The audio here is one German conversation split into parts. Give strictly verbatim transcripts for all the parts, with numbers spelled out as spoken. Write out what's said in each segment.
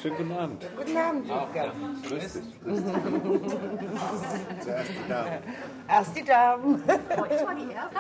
Schönen guten Abend. Guten Abend. Ah, ja. Grüß dich. Grüß dich. Zuerst die Damen. Erst die Damen. Oh, ich war die Erste.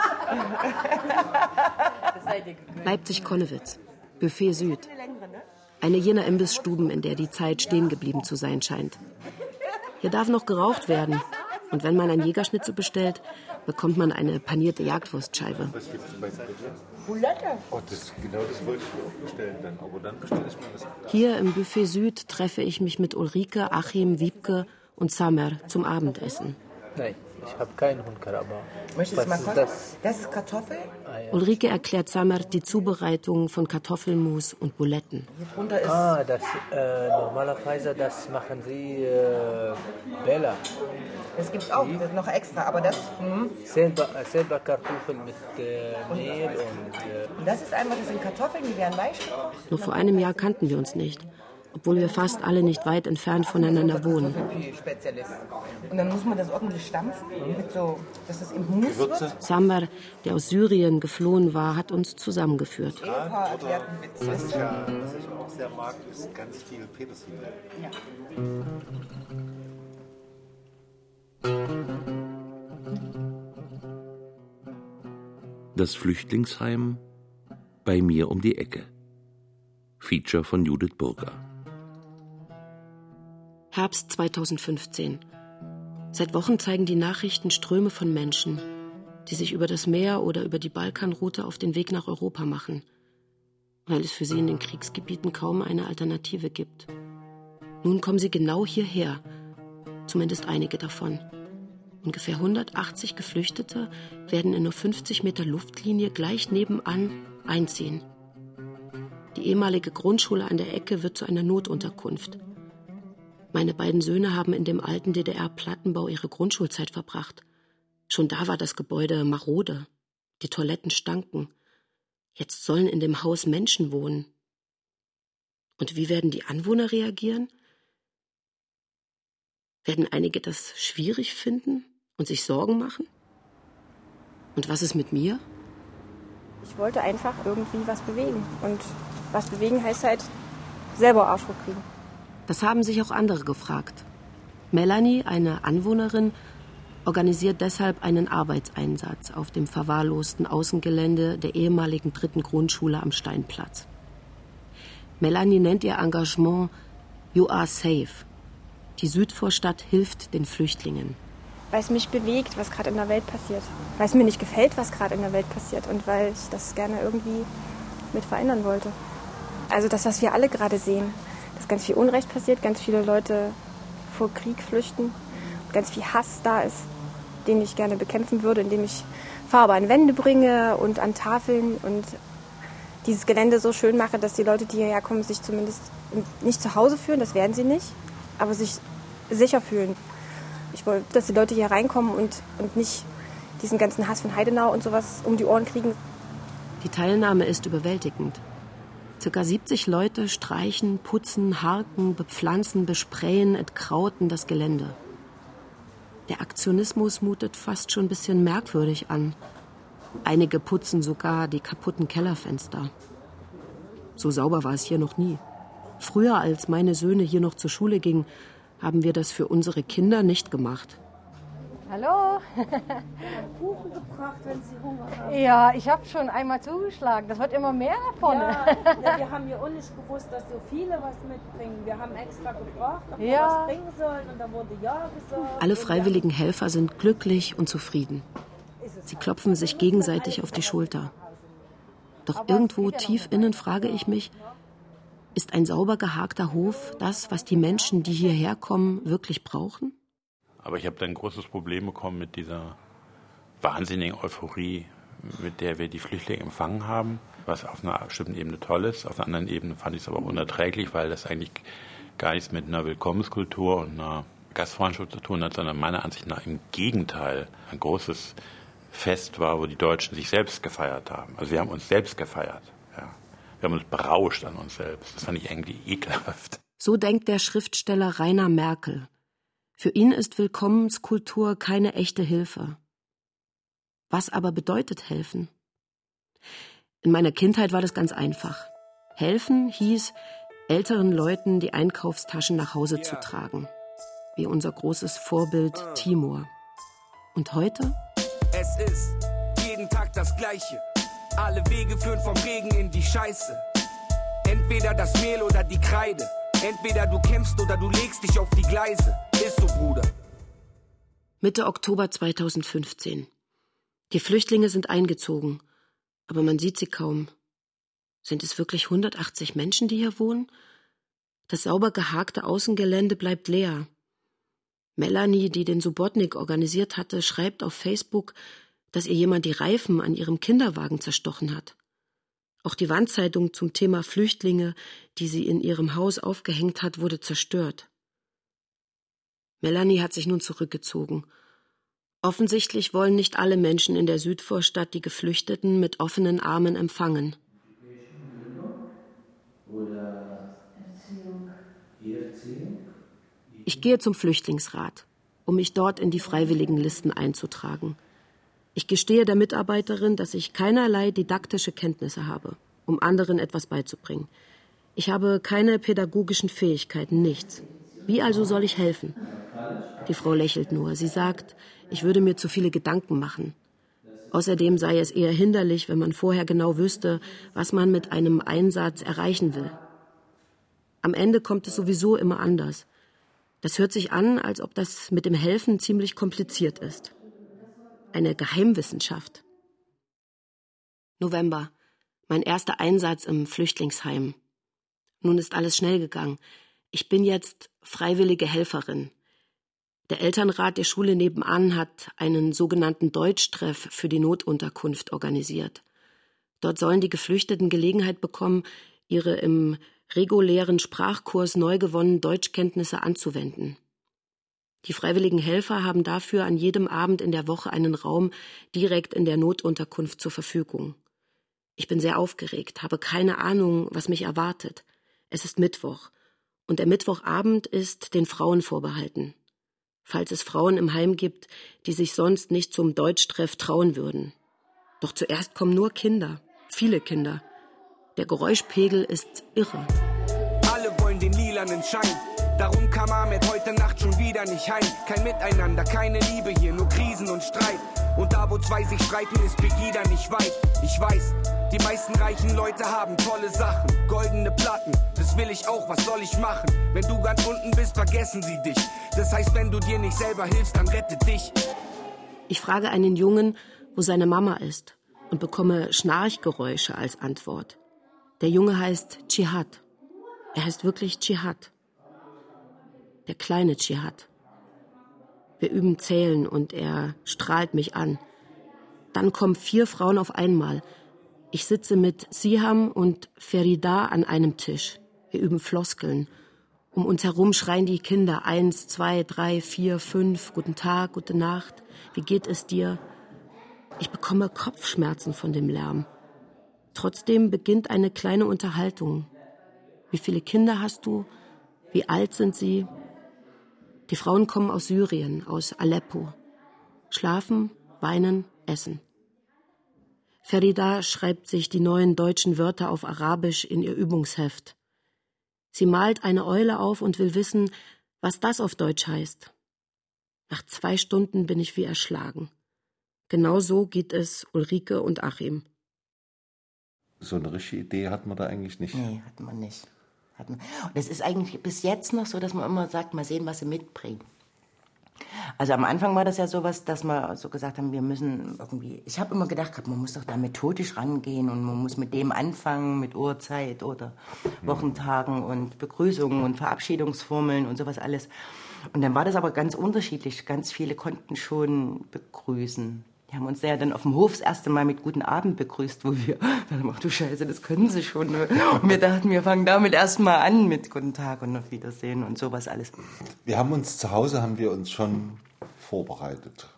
Das seid ihr gewöhnt. Leipzig-Konnewitz, Buffet Süd. Eine jener Imbissstuben, in der die Zeit stehen geblieben zu sein scheint. Hier darf noch geraucht werden. Und wenn man ein Jägerschnitzel bestellt, bekommt man eine panierte Jagdwurstscheibe. Was gibt's bei bitte? Bulette. Oh, das, genau das wollte ich mir auch bestellen dann. Aber dann bestelle ich mir was anderes. Hier im Buffet Süd treffe ich mich mit Ulrike, Achim, Wiebke und Samer zum Abendessen. Nein, ich habe keinen Hundkaraba. Möchtest du Was mal ist kosten? das? Das ist Kartoffel. Ah, ja. Ulrike erklärt Samer die Zubereitung von Kartoffelmus und Buletten. Hier drunter ist Ah, das äh, normalerweise das machen sie äh, Bella. das gibt's auch, das ist noch extra, aber das hm. Selber, äh, selber Kartoffeln mit äh, Mehl und äh, Und das ist einfach, das sind Kartoffeln, die werden weich gekocht. Nur vor einem Jahr kannten wir uns nicht, obwohl wir fast alle nicht weit entfernt voneinander wohnen. Kartoffelpü-Spezialist. Und dann muss man das ordentlich stampfen, mit so, dass es im Hummus wird. Samer, der aus Syrien geflohen war, hat uns zusammengeführt. Ehepaar erklärt einen Witz. Was ich, ja, was ich auch sehr mag, ist ganz viel Petersilie. Ja. Das Flüchtlingsheim bei mir um die Ecke. Feature von Judith Burger. Herbst zweitausendfünfzehn. Seit Wochen zeigen die Nachrichten Ströme von Menschen, die sich über das Meer oder über die Balkanroute auf den Weg nach Europa machen, weil es für sie in den Kriegsgebieten kaum eine Alternative gibt. Nun kommen sie genau hierher, zumindest einige davon. Ungefähr hundertachtzig Geflüchtete werden in nur fünfzig Meter Luftlinie gleich nebenan einziehen. Die ehemalige Grundschule an der Ecke wird zu einer Notunterkunft. Meine beiden Söhne haben in dem alten D D R-Plattenbau ihre Grundschulzeit verbracht. Schon da war das Gebäude marode. Die Toiletten stanken. Jetzt sollen in dem Haus Menschen wohnen. Und wie werden die Anwohner reagieren? Werden einige das schwierig finden und sich Sorgen machen? Und was ist mit mir? Ich wollte einfach irgendwie was bewegen. Und was bewegen heißt halt selber Arschruck kriegen. Das haben sich auch andere gefragt. Melanie, eine Anwohnerin, organisiert deshalb einen Arbeitseinsatz auf dem verwahrlosten Außengelände der ehemaligen dritten Grundschule am Steinplatz. Melanie nennt ihr Engagement You Are Safe. Die Südvorstadt hilft den Flüchtlingen. Weil es mich bewegt, was gerade in der Welt passiert. Weil es mir nicht gefällt, was gerade in der Welt passiert. Und weil ich das gerne irgendwie mit verändern wollte. Also das, was wir alle gerade sehen. Dass ganz viel Unrecht passiert, ganz viele Leute vor Krieg flüchten. Ganz viel Hass da ist, den ich gerne bekämpfen würde, indem ich Farbe an Wände bringe und an Tafeln. Und dieses Gelände so schön mache, dass die Leute, die hierher kommen, sich zumindest nicht zu Hause fühlen. Das werden sie nicht. Aber sich sicher fühlen. Ich wollte, dass die Leute hier reinkommen und, und nicht diesen ganzen Hass von Heidenau und sowas um die Ohren kriegen. Die Teilnahme ist überwältigend. Circa siebzig Leute streichen, putzen, harken, bepflanzen, besprayen, entkrauten das Gelände. Der Aktionismus mutet fast schon ein bisschen merkwürdig an. Einige putzen sogar die kaputten Kellerfenster. So sauber war es hier noch nie. Früher, als meine Söhne hier noch zur Schule gingen, haben wir das für unsere Kinder nicht gemacht. Hallo. Kuchen gebracht, wenn Sie Hunger haben. Ja, ich habe schon einmal zugeschlagen. Das wird immer mehr davon. Ja, ja, wir haben ja auch nicht gewusst, dass so viele was mitbringen. Wir haben extra gefragt, ob wir Ja. was bringen sollen. Und da wurde ja gesagt. Alle freiwilligen Helfer sind glücklich und zufrieden. Sie klopfen sich gegenseitig auf die Schulter. Doch irgendwo tief innen frage ich mich, ist ein sauber gehakter Hof das, was die Menschen, die hierher kommen, wirklich brauchen? Aber ich habe dann ein großes Problem bekommen mit dieser wahnsinnigen Euphorie, mit der wir die Flüchtlinge empfangen haben, was auf einer bestimmten Ebene toll ist. Auf einer anderen Ebene fand ich es aber auch unerträglich, weil das eigentlich gar nichts mit einer Willkommenskultur und einer Gastfreundschaft zu tun hat, sondern meiner Ansicht nach im Gegenteil ein großes Fest war, wo die Deutschen sich selbst gefeiert haben. Also wir haben uns selbst gefeiert. Ja. Wir haben uns berauscht an uns selbst. Das fand ich irgendwie ekelhaft. So denkt der Schriftsteller Rainer Merkel. Für ihn ist Willkommenskultur keine echte Hilfe. Was aber bedeutet helfen? In meiner Kindheit war das ganz einfach. Helfen hieß, älteren Leuten die Einkaufstaschen nach Hause zu tragen. Wie unser großes Vorbild Timur. Und heute? Es ist jeden Tag das Gleiche. Alle Wege führen vom Regen in die Scheiße. Entweder das Mehl oder die Kreide. Entweder du kämpfst oder du legst dich auf die Gleise. Ist so, Bruder. Mitte Oktober zweitausendfünfzehn. Die Flüchtlinge sind eingezogen, aber man sieht sie kaum. Sind es wirklich hundertachtzig Menschen, die hier wohnen? Das sauber gehakte Außengelände bleibt leer. Melanie, die den Subotnik organisiert hatte, schreibt auf Facebook, dass ihr jemand die Reifen an ihrem Kinderwagen zerstochen hat. Auch die Wandzeitung zum Thema Flüchtlinge, die sie in ihrem Haus aufgehängt hat, wurde zerstört. Melanie hat sich nun zurückgezogen. Offensichtlich wollen nicht alle Menschen in der Südvorstadt die Geflüchteten mit offenen Armen empfangen. Ich gehe zum Flüchtlingsrat, um mich dort in die Freiwilligenlisten einzutragen. Ich gestehe der Mitarbeiterin, dass ich keinerlei didaktische Kenntnisse habe, um anderen etwas beizubringen. Ich habe keine pädagogischen Fähigkeiten, nichts. Wie also soll ich helfen? Die Frau lächelt nur. Sie sagt, ich würde mir zu viele Gedanken machen. Außerdem sei es eher hinderlich, wenn man vorher genau wüsste, was man mit einem Einsatz erreichen will. Am Ende kommt es sowieso immer anders. Das hört sich an, als ob das mit dem Helfen ziemlich kompliziert ist. Eine Geheimwissenschaft. November. Mein erster Einsatz im Flüchtlingsheim. Nun ist alles schnell gegangen. Ich bin jetzt freiwillige Helferin. Der Elternrat der Schule nebenan hat einen sogenannten Deutschtreff für die Notunterkunft organisiert. Dort sollen die Geflüchteten Gelegenheit bekommen, ihre im regulären Sprachkurs neu gewonnenen Deutschkenntnisse anzuwenden. Die freiwilligen Helfer haben dafür an jedem Abend in der Woche einen Raum direkt in der Notunterkunft zur Verfügung. Ich bin sehr aufgeregt, habe keine Ahnung, was mich erwartet. Es ist Mittwoch und der Mittwochabend ist den Frauen vorbehalten. Falls es Frauen im Heim gibt, die sich sonst nicht zum Deutschtreff trauen würden. Doch zuerst kommen nur Kinder, viele Kinder. Der Geräuschpegel ist irre. Alle wollen den lilanen Schein. Darum kam Ahmed heute Nacht schon wieder nicht heim. Kein Miteinander, keine Liebe hier, nur Krisen und Streit. Und da, wo zwei sich streiten, ist Pegida nicht weit. Ich weiß, die meisten reichen Leute haben tolle Sachen, goldene Platten. Das will ich auch, was soll ich machen? Wenn du ganz unten bist, vergessen sie dich. Das heißt, wenn du dir nicht selber hilfst, dann rette dich. Ich frage einen Jungen, wo seine Mama ist und bekomme Schnarchgeräusche als Antwort. Der Junge heißt Dschihad. Er heißt wirklich Dschihad. Der kleine Dschihad. Wir üben Zählen und er strahlt mich an. Dann kommen vier Frauen auf einmal. Ich sitze mit Siham und Ferida an einem Tisch. Wir üben Floskeln. Um uns herum schreien die Kinder. Eins, zwei, drei, vier, fünf. Guten Tag, gute Nacht. Wie geht es dir? Ich bekomme Kopfschmerzen von dem Lärm. Trotzdem beginnt eine kleine Unterhaltung. Wie viele Kinder hast du? Wie alt sind sie? Die Frauen kommen aus Syrien, aus Aleppo. Schlafen, weinen, essen. Ferida schreibt sich die neuen deutschen Wörter auf Arabisch in ihr Übungsheft. Sie malt eine Eule auf und will wissen, was das auf Deutsch heißt. Nach zwei Stunden bin ich wie erschlagen. Genau so geht es Ulrike und Achim. So eine richtige Idee hat man da eigentlich nicht. Nee, hat man nicht. Hat man. Und es ist eigentlich bis jetzt noch so, dass man immer sagt, mal sehen, was sie mitbringen. Also am Anfang war das ja sowas, dass wir so gesagt haben, wir müssen irgendwie, ich habe immer gedacht, man muss doch da methodisch rangehen und man muss mit dem anfangen, mit Uhrzeit oder Wochentagen und Begrüßungen und Verabschiedungsformeln und sowas alles. Und dann war das aber ganz unterschiedlich. Ganz viele konnten schon begrüßen. Die haben uns ja dann auf dem Hof das erste Mal mit Guten Abend begrüßt, wo wir dachten, ach du Scheiße, das können sie schon. Und wir dachten, wir fangen damit erst mal an mit Guten Tag und auf Wiedersehen und sowas alles. Wir haben uns zu Hause, haben wir uns schon vorbereitet.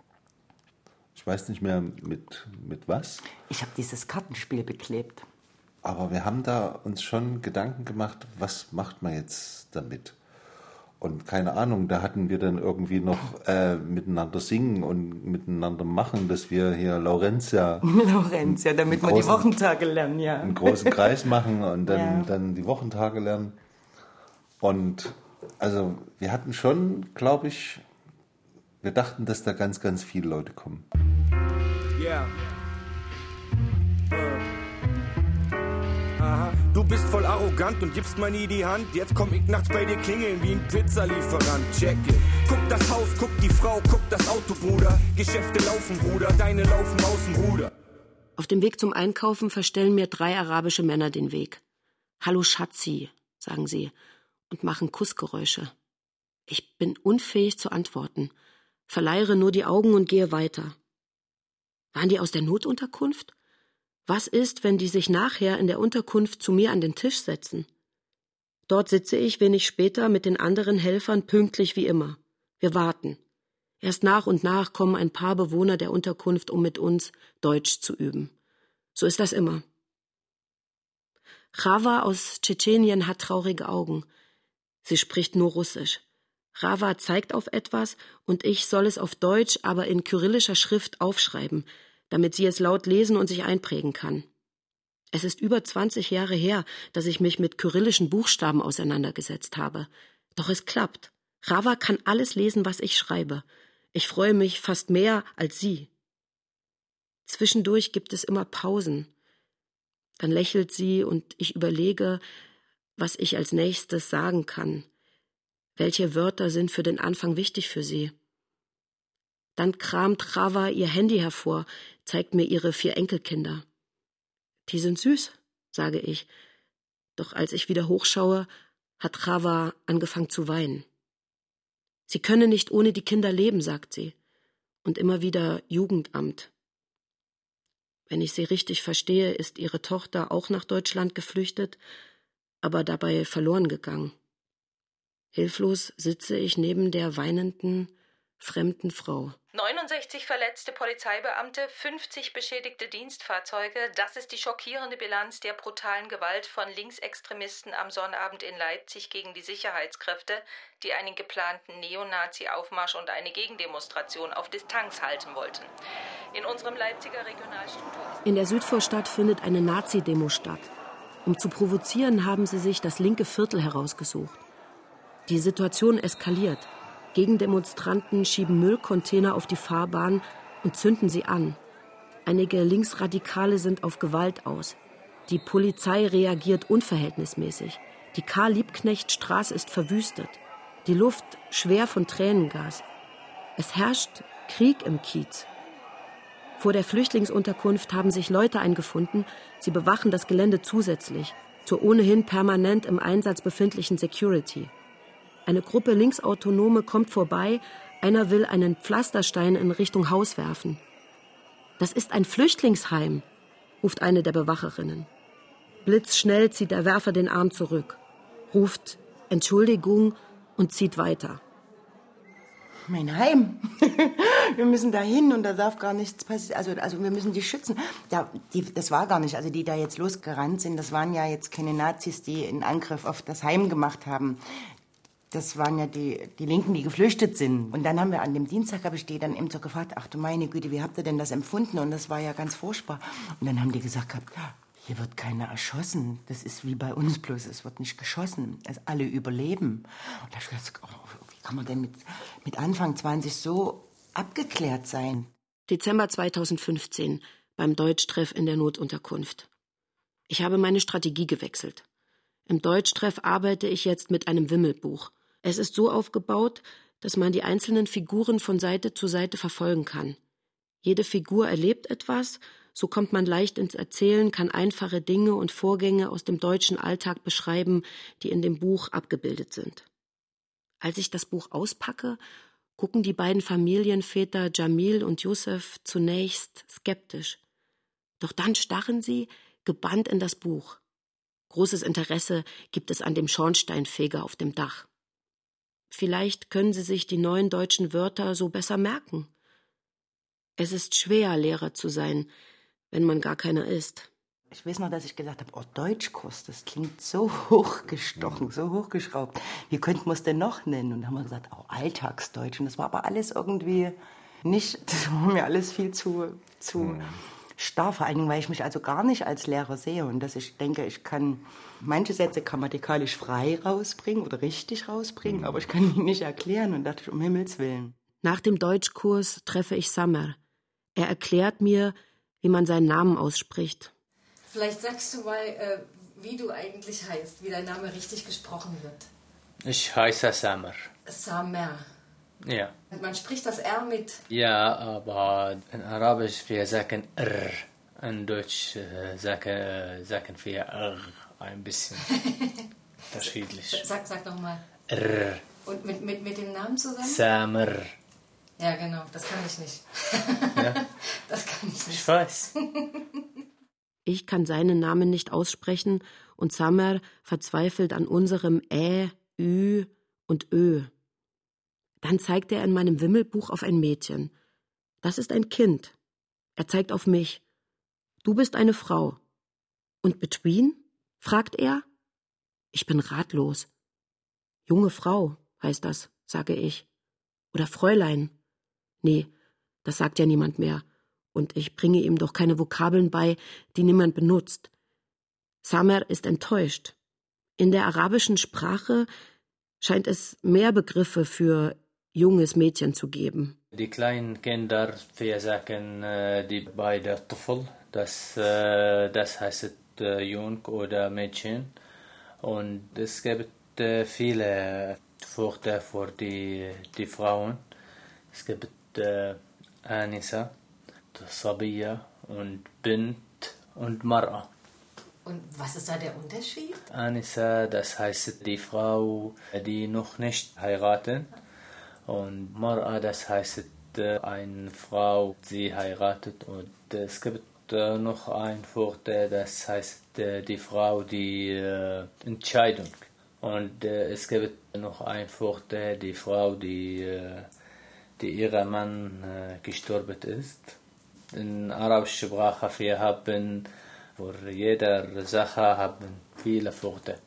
Ich weiß nicht mehr mit, mit was. Ich habe dieses Kartenspiel beklebt. Aber wir haben da uns schon Gedanken gemacht, was macht man jetzt damit? Und keine Ahnung, da hatten wir dann irgendwie noch äh, miteinander singen und miteinander machen, dass wir hier Laurentia... Laurentia, damit wir die Wochentage lernen, ja. Einen großen Kreis machen und dann, ja. dann die Wochentage lernen. Und also wir hatten schon, glaube ich, wir dachten, dass da ganz, ganz viele Leute kommen. Ja. Yeah. Aha. Du bist voll arrogant und gibst mir nie die Hand. Jetzt komm ich nachts bei dir klingeln wie ein Pizzalieferant. Check it. Guck das Haus, guck die Frau, guck das Auto, Bruder. Geschäfte laufen, Bruder, deine laufen aus dem Ruder. Auf dem Weg zum Einkaufen verstellen mir drei arabische Männer den Weg. Hallo Schatzi, sagen sie und machen Kussgeräusche. Ich bin unfähig zu antworten, verleiere nur die Augen und gehe weiter. Waren die aus der Notunterkunft? Was ist, wenn die sich nachher in der Unterkunft zu mir an den Tisch setzen? Dort sitze ich wenig später mit den anderen Helfern pünktlich wie immer. Wir warten. Erst nach und nach kommen ein paar Bewohner der Unterkunft, um mit uns Deutsch zu üben. So ist das immer. Rawa aus Tschetschenien hat traurige Augen. Sie spricht nur Russisch. Rawa zeigt auf etwas und ich soll es auf Deutsch, aber in kyrillischer Schrift aufschreiben, damit sie es laut lesen und sich einprägen kann. Es ist über zwanzig Jahre her, dass ich mich mit kyrillischen Buchstaben auseinandergesetzt habe. Doch es klappt. Rawa kann alles lesen, was ich schreibe. Ich freue mich fast mehr als sie. Zwischendurch gibt es immer Pausen. Dann lächelt sie und ich überlege, was ich als nächstes sagen kann. Welche Wörter sind für den Anfang wichtig für sie? Dann kramt Rawa ihr Handy hervor, zeigt mir ihre vier Enkelkinder. Die sind süß, sage ich. Doch als ich wieder hochschaue, hat Rawa angefangen zu weinen. Sie könne nicht ohne die Kinder leben, sagt sie. Und immer wieder Jugendamt. Wenn ich sie richtig verstehe, ist ihre Tochter auch nach Deutschland geflüchtet, aber dabei verloren gegangen. Hilflos sitze ich neben der weinenden, fremden Frau. neunundsechzig verletzte Polizeibeamte, fünfzig beschädigte Dienstfahrzeuge. Das ist die schockierende Bilanz der brutalen Gewalt von Linksextremisten am Sonnabend in Leipzig gegen die Sicherheitskräfte, die einen geplanten Neonazi-Aufmarsch und eine Gegendemonstration auf Distanz halten wollten. In unserem Leipziger Regionalstudio... In der Südvorstadt findet eine Nazi-Demo statt. Um zu provozieren, haben sie sich das linke Viertel herausgesucht. Die Situation eskaliert. Gegendemonstranten schieben Müllcontainer auf die Fahrbahn und zünden sie an. Einige Linksradikale sind auf Gewalt aus. Die Polizei reagiert unverhältnismäßig. Die Karl-Liebknecht-Straße ist verwüstet. Die Luft schwer von Tränengas. Es herrscht Krieg im Kiez. Vor der Flüchtlingsunterkunft haben sich Leute eingefunden. Sie bewachen das Gelände zusätzlich zur ohnehin permanent im Einsatz befindlichen Security. Eine Gruppe Linksautonome kommt vorbei, einer will einen Pflasterstein in Richtung Haus werfen. »Das ist ein Flüchtlingsheim«, ruft eine der Bewacherinnen. Blitzschnell zieht der Werfer den Arm zurück, ruft »Entschuldigung« und zieht weiter. Mein Heim. Wir müssen da hin und da darf gar nichts passieren. Also, also wir müssen die schützen. Ja, die, das war gar nicht. Also die da jetzt losgerannt sind, das waren ja jetzt keine Nazis, die einen Angriff auf das Heim gemacht haben. Das waren ja die, die Linken, die geflüchtet sind. Und dann haben wir an dem Dienstag, habe ich die dann eben so gefragt, ach du meine Güte, wie habt ihr denn das empfunden? Und das war ja ganz furchtbar. Und dann haben die gesagt gehabt, hier wird keiner erschossen. Das ist wie bei uns bloß, es wird nicht geschossen. Also alle überleben. Und da habe ich gedacht, oh, wie kann man denn mit, mit Anfang zwanzig so abgeklärt sein? Dezember zweitausendfünfzehn, beim Deutschtreff in der Notunterkunft. Ich habe meine Strategie gewechselt. Im Deutschtreff arbeite ich jetzt mit einem Wimmelbuch. Es ist so aufgebaut, dass man die einzelnen Figuren von Seite zu Seite verfolgen kann. Jede Figur erlebt etwas, so kommt man leicht ins Erzählen, kann einfache Dinge und Vorgänge aus dem deutschen Alltag beschreiben, die in dem Buch abgebildet sind. Als ich das Buch auspacke, gucken die beiden Familienväter Jamil und Yusuf zunächst skeptisch. Doch dann starren sie gebannt in das Buch. Großes Interesse gibt es an dem Schornsteinfeger auf dem Dach. Vielleicht können sie sich die neuen deutschen Wörter so besser merken. Es ist schwer, Lehrer zu sein, wenn man gar keiner ist. Ich weiß noch, dass ich gesagt habe, oh, Deutschkurs, das klingt so hochgestochen, so hochgeschraubt. Wie könnten wir es denn noch nennen? Und dann haben wir gesagt, oh, Alltagsdeutsch. Und das war aber alles irgendwie nicht, das war mir alles viel zu, zu mhm. starr. Vor allen Dingen, weil ich mich also gar nicht als Lehrer sehe. Und dass ich denke, ich kann manche Sätze grammatikalisch frei rausbringen oder richtig rausbringen, mhm. aber ich kann die nicht erklären. Und dachte ich, um Himmels Willen. Nach dem Deutschkurs treffe ich Samer. Er erklärt mir, wie man seinen Namen ausspricht. Vielleicht sagst du mal, äh, wie du eigentlich heißt, wie dein Name richtig gesprochen wird. Ich heiße Samer. Samer. Ja. Man spricht das R mit. Ja, aber in Arabisch wir sagen R. In Deutsch äh, sagen, äh, sagen wir R ein bisschen unterschiedlich. Sag, sag doch mal. R. Und mit, mit, mit dem Namen zusammen? Samer. Ja, genau, das kann ich nicht. Ja? Das kann ich nicht. Ich weiß. Ich kann seinen Namen nicht aussprechen und Samer verzweifelt an unserem Ä, Ü und Ö. Dann zeigt er in meinem Wimmelbuch auf ein Mädchen. Das ist ein Kind. Er zeigt auf mich. Du bist eine Frau. Und between? Fragt er. Ich bin ratlos. Junge Frau heißt das, sage ich. Oder Fräulein. Nee, das sagt ja niemand mehr. Und ich bringe ihm doch keine Vokabeln bei, die niemand benutzt. Samer ist enttäuscht. In der arabischen Sprache scheint es mehr Begriffe für junges Mädchen zu geben. Die kleinen Kinder, wir sagen äh, die beide Tufel, das, äh, das heißt äh, Jung oder Mädchen. Und es gibt äh, viele Worte für die, die Frauen. Es gibt äh, Anisa, Sabiya und Bint und Mar'a. Und was ist da der Unterschied? Anisa, das heißt die Frau, die noch nicht heiraten. Und Mar'a, das heißt eine Frau, die heiratet. Und es gibt noch ein Wort, das heißt die Frau, die äh, Entscheidung. Und äh, es gibt noch ein Wort, die Frau, die, äh, die ihr Mann äh, gestorben ist. In arabischer Sprache wir haben für jede Sache haben viele Worte.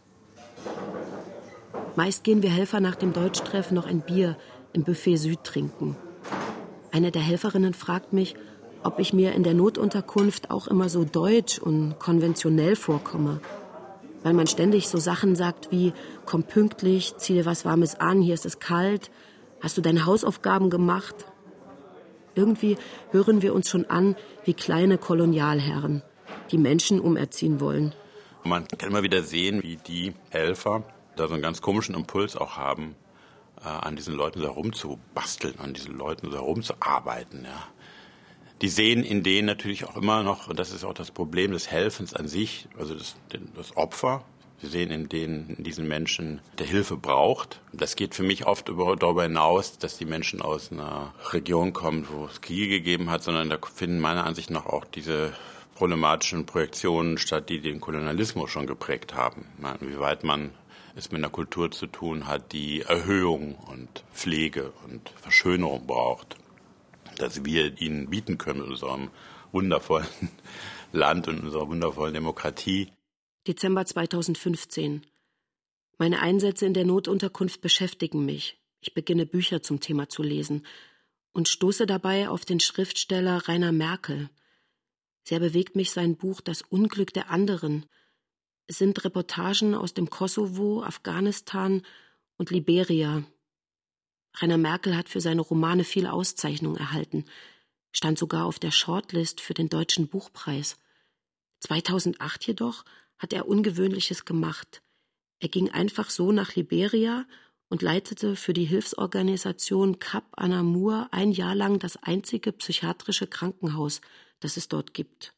Meist gehen wir Helfer nach dem Deutschtreff noch ein Bier im Buffet Süd trinken. Eine der Helferinnen fragt mich, ob ich mir in der Notunterkunft auch immer so deutsch und konventionell vorkomme. Weil man ständig so Sachen sagt wie, komm pünktlich, zieh dir was Warmes an, hier ist es kalt, hast du deine Hausaufgaben gemacht? Irgendwie hören wir uns schon an wie kleine Kolonialherren, die Menschen umerziehen wollen. Man kann immer wieder sehen, wie die Helfer da so einen ganz komischen Impuls auch haben, äh, an diesen Leuten so herumzubasteln, an diesen Leuten so herumzuarbeiten. Ja. Die sehen in denen natürlich auch immer noch, und das ist auch das Problem des Helfens an sich, also das, das Opfer. Sie sehen in denen, in diesen Menschen, der Hilfe braucht. Das geht für mich oft über, darüber hinaus, dass die Menschen aus einer Region kommen, wo es Kriege gegeben hat, sondern da finden meiner Ansicht nach auch diese problematischen Projektionen statt, die den Kolonialismus schon geprägt haben. Inwieweit man es mit einer Kultur zu tun hat, die Erhöhung und Pflege und Verschönerung braucht. Dass wir ihnen bieten können in unserem wundervollen Land und unserer wundervollen Demokratie. Dezember zweitausendfünfzehn. Meine Einsätze in der Notunterkunft beschäftigen mich. Ich beginne Bücher zum Thema zu lesen und stoße dabei auf den Schriftsteller Rainer Merkel. Sehr bewegt mich sein Buch Das Unglück der anderen. Es sind Reportagen aus dem Kosovo, Afghanistan und Liberia. Rainer Merkel hat für seine Romane viele Auszeichnungen erhalten, stand sogar auf der Shortlist für den Deutschen Buchpreis. zweitausendacht jedoch hat er Ungewöhnliches gemacht. Er ging einfach so nach Liberia und leitete für die Hilfsorganisation Cap Anamur ein Jahr lang das einzige psychiatrische Krankenhaus, das es dort gibt.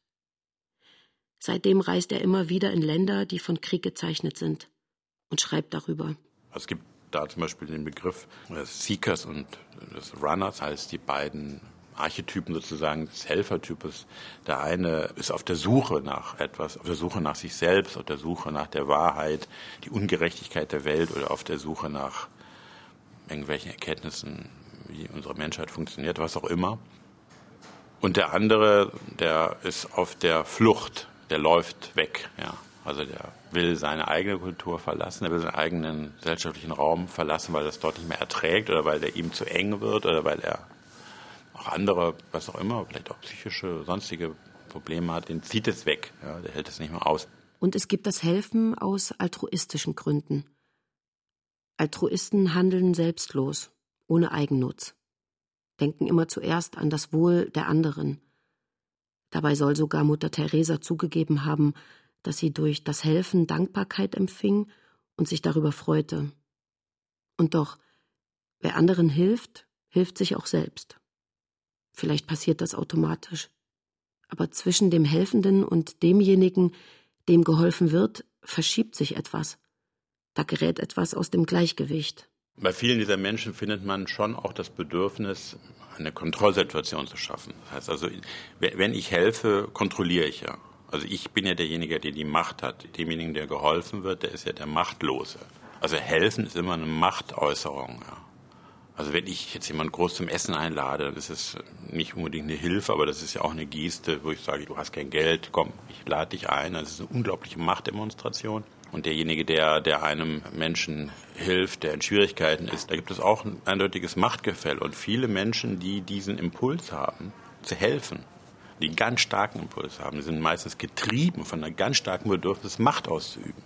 Seitdem reist er immer wieder in Länder, die von Krieg gezeichnet sind, und schreibt darüber. Es gibt da zum Beispiel den Begriff des Seekers und des Runners, heißt die beiden Archetypen sozusagen des Helfertypes. Der eine ist auf der Suche nach etwas, auf der Suche nach sich selbst, auf der Suche nach der Wahrheit, die Ungerechtigkeit der Welt oder auf der Suche nach irgendwelchen Erkenntnissen, wie unsere Menschheit funktioniert, was auch immer. Und der andere, der ist auf der Flucht, der läuft weg, ja. Also der will seine eigene Kultur verlassen, er will seinen eigenen gesellschaftlichen Raum verlassen, weil er das dort nicht mehr erträgt oder weil der ihm zu eng wird oder weil er auch andere, was auch immer, vielleicht auch psychische, sonstige Probleme hat, den zieht es weg, ja, der hält es nicht mehr aus. Und es gibt das Helfen aus altruistischen Gründen. Altruisten handeln selbstlos, ohne Eigennutz, denken immer zuerst an das Wohl der anderen. Dabei soll sogar Mutter Teresa zugegeben haben, dass sie durch das Helfen Dankbarkeit empfing und sich darüber freute. Und doch, wer anderen hilft, hilft sich auch selbst. Vielleicht passiert das automatisch. Aber zwischen dem Helfenden und demjenigen, dem geholfen wird, verschiebt sich etwas. Da gerät etwas aus dem Gleichgewicht. Bei vielen dieser Menschen findet man schon auch das Bedürfnis, eine Kontrollsituation zu schaffen. Das heißt also, wenn ich helfe, kontrolliere ich ja. Also ich bin ja derjenige, der die Macht hat. Demjenigen, der geholfen wird, der ist ja der Machtlose. Also helfen ist immer eine Machtäußerung. Ja. Also wenn ich jetzt jemanden groß zum Essen einlade, dann ist es nicht unbedingt eine Hilfe, aber das ist ja auch eine Geste, wo ich sage, du hast kein Geld, komm, ich lade dich ein. Das ist eine unglaubliche Machtdemonstration. Und derjenige, der, der einem Menschen hilft, der in Schwierigkeiten ist, da gibt es auch ein eindeutiges Machtgefälle. Und viele Menschen, die diesen Impuls haben, zu helfen, die einen ganz starken Impuls haben, die sind meistens getrieben von einer ganz starken Bedürfnis, Macht auszuüben.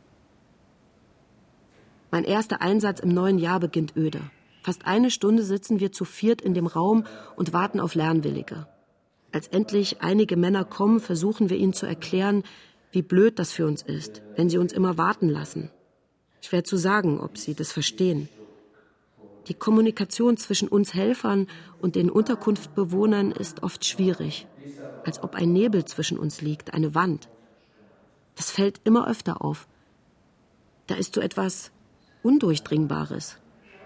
Mein erster Einsatz im neuen Jahr beginnt öde. Fast eine Stunde sitzen wir zu viert in dem Raum und warten auf Lernwillige. Als endlich einige Männer kommen, versuchen wir ihnen zu erklären, wie blöd das für uns ist, wenn sie uns immer warten lassen. Schwer zu sagen, ob sie das verstehen. Die Kommunikation zwischen uns Helfern und den Unterkunftbewohnern ist oft schwierig. Als ob ein Nebel zwischen uns liegt, eine Wand. Das fällt immer öfter auf. Da ist so etwas Undurchdringbares.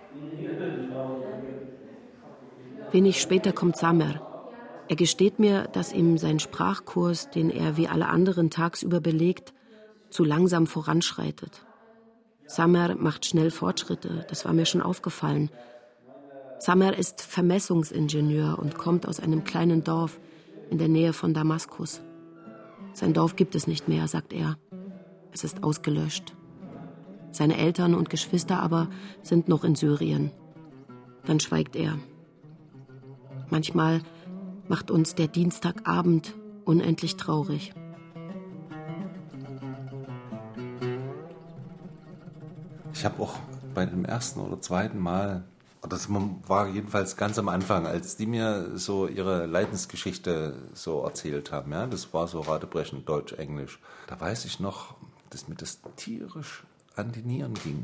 Wenig später kommt Samer. Er gesteht mir, dass ihm sein Sprachkurs, den er wie alle anderen tagsüber belegt, zu langsam voranschreitet. Samer macht schnell Fortschritte, das war mir schon aufgefallen. Samer ist Vermessungsingenieur und kommt aus einem kleinen Dorf in der Nähe von Damaskus. Sein Dorf gibt es nicht mehr, sagt er. Es ist ausgelöscht. Seine Eltern und Geschwister aber sind noch in Syrien. Dann schweigt er. Manchmal macht uns der Dienstagabend unendlich traurig. Ich habe auch bei dem ersten oder zweiten Mal, das war jedenfalls ganz am Anfang, als die mir so ihre Leidensgeschichte so erzählt haben, ja, das war so radebrechend Deutsch, Englisch. Da weiß ich noch, dass mir das tierisch an die Nieren ging.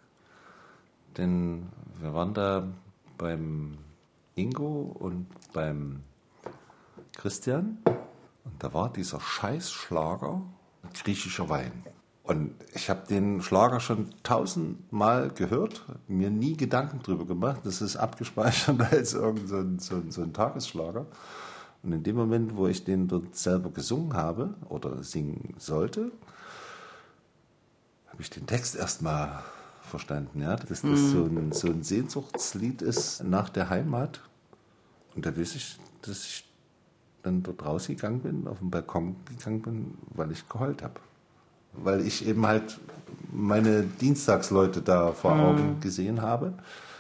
Denn wir waren da beim Ingo und beim Christian und da war dieser Scheißschlager griechischer Wein. Und ich habe den Schlager schon tausendmal gehört, mir nie Gedanken drüber gemacht. Das ist abgespeichert als irgend so ein, so ein, so ein Tagesschlager. Und in dem Moment, wo ich den dort selber gesungen habe oder singen sollte, habe ich den Text erstmal verstanden, ja, dass das mhm. so, ein, so ein Sehnsuchtslied ist nach der Heimat. Und da weiß ich, dass ich dann dort rausgegangen bin, auf den Balkon gegangen bin, weil ich geheult habe. Weil ich eben halt meine Dienstagsleute da vor mhm. Augen gesehen habe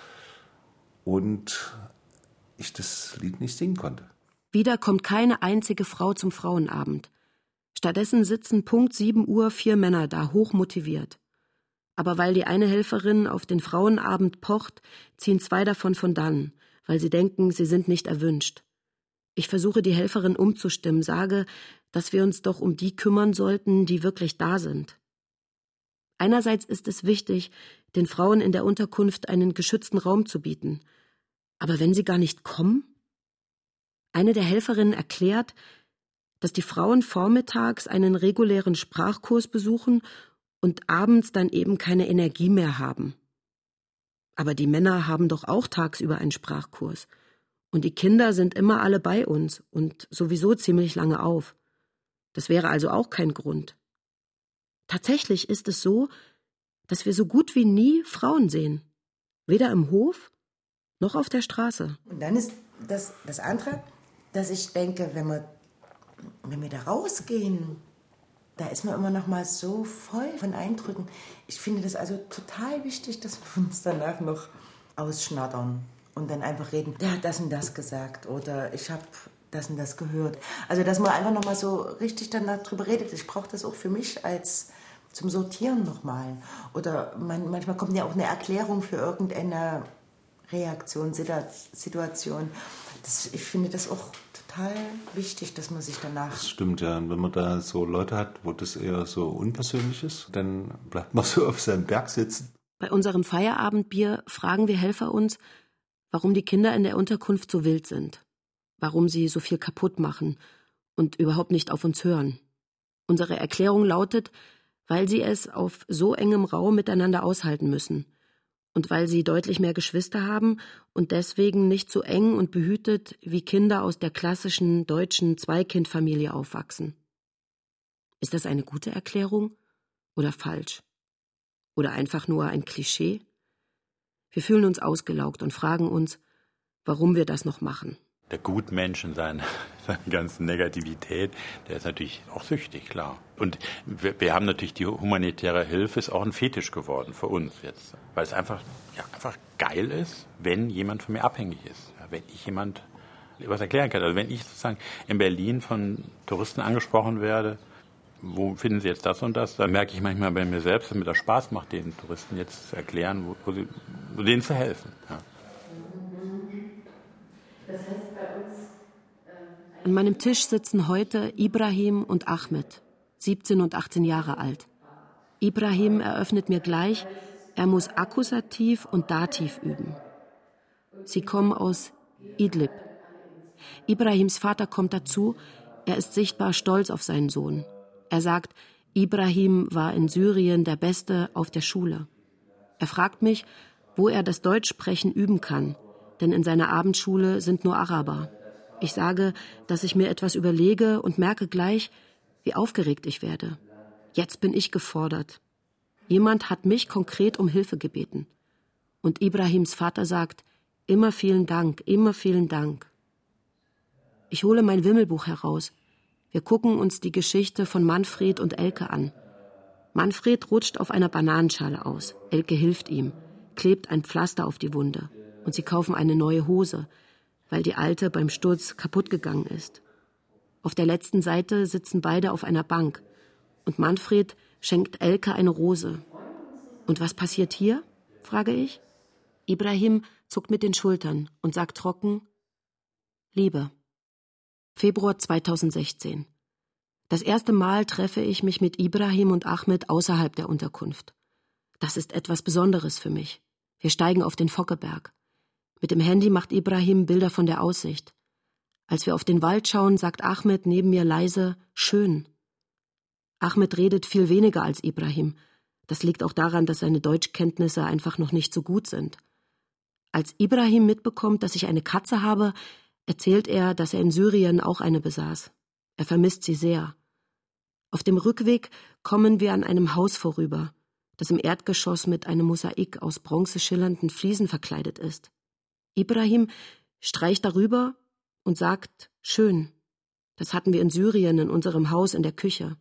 und ich das Lied nicht singen konnte. Wieder kommt keine einzige Frau zum Frauenabend. Stattdessen sitzen Punkt sieben Uhr vier Männer da, hochmotiviert. Aber weil die eine Helferin auf den Frauenabend pocht, ziehen zwei davon von dann, weil sie denken, sie sind nicht erwünscht. Ich versuche, die Helferin umzustimmen, sage, dass wir uns doch um die kümmern sollten, die wirklich da sind. Einerseits ist es wichtig, den Frauen in der Unterkunft einen geschützten Raum zu bieten. Aber wenn sie gar nicht kommen? Eine der Helferinnen erklärt, dass die Frauen vormittags einen regulären Sprachkurs besuchen und abends dann eben keine Energie mehr haben. Aber die Männer haben doch auch tagsüber einen Sprachkurs. Und die Kinder sind immer alle bei uns und sowieso ziemlich lange auf. Das wäre also auch kein Grund. Tatsächlich ist es so, dass wir so gut wie nie Frauen sehen. Weder im Hof noch auf der Straße. Und dann ist das, das andere, dass ich denke, wenn wir, wenn wir da rausgehen, da ist man immer noch mal so voll von Eindrücken. Ich finde das also total wichtig, dass wir uns danach noch ausschnattern und dann einfach reden, der hat das und das gesagt oder ich habe das und das gehört. Also dass man einfach noch mal so richtig dann darüber redet. Ich brauche das auch für mich als zum Sortieren noch mal. Oder man, manchmal kommt ja auch eine Erklärung für irgendeine Reaktion, Situation. Das, ich finde das auch total wichtig, dass man sich danach... Das stimmt, ja. Und wenn man da so Leute hat, wo das eher so unpersönlich ist, dann bleibt man so auf seinem Berg sitzen. Bei unserem Feierabendbier fragen wir Helfer uns, warum die Kinder in der Unterkunft so wild sind. Warum sie so viel kaputt machen und überhaupt nicht auf uns hören. Unsere Erklärung lautet, weil sie es auf so engem Raum miteinander aushalten müssen und weil sie deutlich mehr Geschwister haben und deswegen nicht so eng und behütet wie Kinder aus der klassischen deutschen Zweikindfamilie aufwachsen. Ist das eine gute Erklärung oder falsch? Oder einfach nur ein Klischee? Wir fühlen uns ausgelaugt und fragen uns, warum wir das noch machen. Der Gutmensch in seiner, seiner ganzen Negativität, der ist natürlich auch süchtig, klar. Und wir, wir haben natürlich die humanitäre Hilfe, ist auch ein Fetisch geworden für uns jetzt. Weil es einfach, ja, einfach geil ist, wenn jemand von mir abhängig ist. Ja, wenn ich jemand was erklären kann. Also wenn ich sozusagen in Berlin von Touristen angesprochen werde, wo finden Sie jetzt das und das, dann merke ich manchmal bei mir selbst, dass mir das Spaß macht, den Touristen jetzt zu erklären, wo, wo sie, wo denen zu helfen. Ja. Das heißt bei uns, äh, an meinem Tisch sitzen heute Ibrahim und Ahmed, siebzehn und achtzehn Jahre alt. Ibrahim eröffnet mir gleich, er muss Akkusativ und Dativ üben. Sie kommen aus Idlib. Ibrahims Vater kommt dazu, er ist sichtbar stolz auf seinen Sohn. Er sagt, Ibrahim war in Syrien der Beste auf der Schule. Er fragt mich, wo er das Deutschsprechen üben kann, denn in seiner Abendschule sind nur Araber. Ich sage, dass ich mir etwas überlege und merke gleich, wie aufgeregt ich werde. Jetzt bin ich gefordert. Jemand hat mich konkret um Hilfe gebeten. Und Ibrahims Vater sagt, immer vielen Dank, immer vielen Dank. Ich hole mein Wimmelbuch heraus. Wir gucken uns die Geschichte von Manfred und Elke an. Manfred rutscht auf einer Bananenschale aus. Elke hilft ihm, klebt ein Pflaster auf die Wunde. Und sie kaufen eine neue Hose, weil die alte beim Sturz kaputt gegangen ist. Auf der letzten Seite sitzen beide auf einer Bank. Und Manfred schenkt Elke eine Rose. Und was passiert hier? Frage ich. Ibrahim zuckt mit den Schultern und sagt trocken, Liebe. Februar zweitausendsechzehn. Das erste Mal treffe ich mich mit Ibrahim und Ahmed außerhalb der Unterkunft. Das ist etwas Besonderes für mich. Wir steigen auf den Fockeberg. Mit dem Handy macht Ibrahim Bilder von der Aussicht. Als wir auf den Wald schauen, sagt Ahmed neben mir leise, schön. Ahmed redet viel weniger als Ibrahim. Das liegt auch daran, dass seine Deutschkenntnisse einfach noch nicht so gut sind. Als Ibrahim mitbekommt, dass ich eine Katze habe, erzählt er, dass er in Syrien auch eine besaß. Er vermisst sie sehr. Auf dem Rückweg kommen wir an einem Haus vorüber, das im Erdgeschoss mit einem Mosaik aus bronzeschillernden Fliesen verkleidet ist. Ibrahim streicht darüber und sagt, schön. Das hatten wir in Syrien in unserem Haus in der Küche.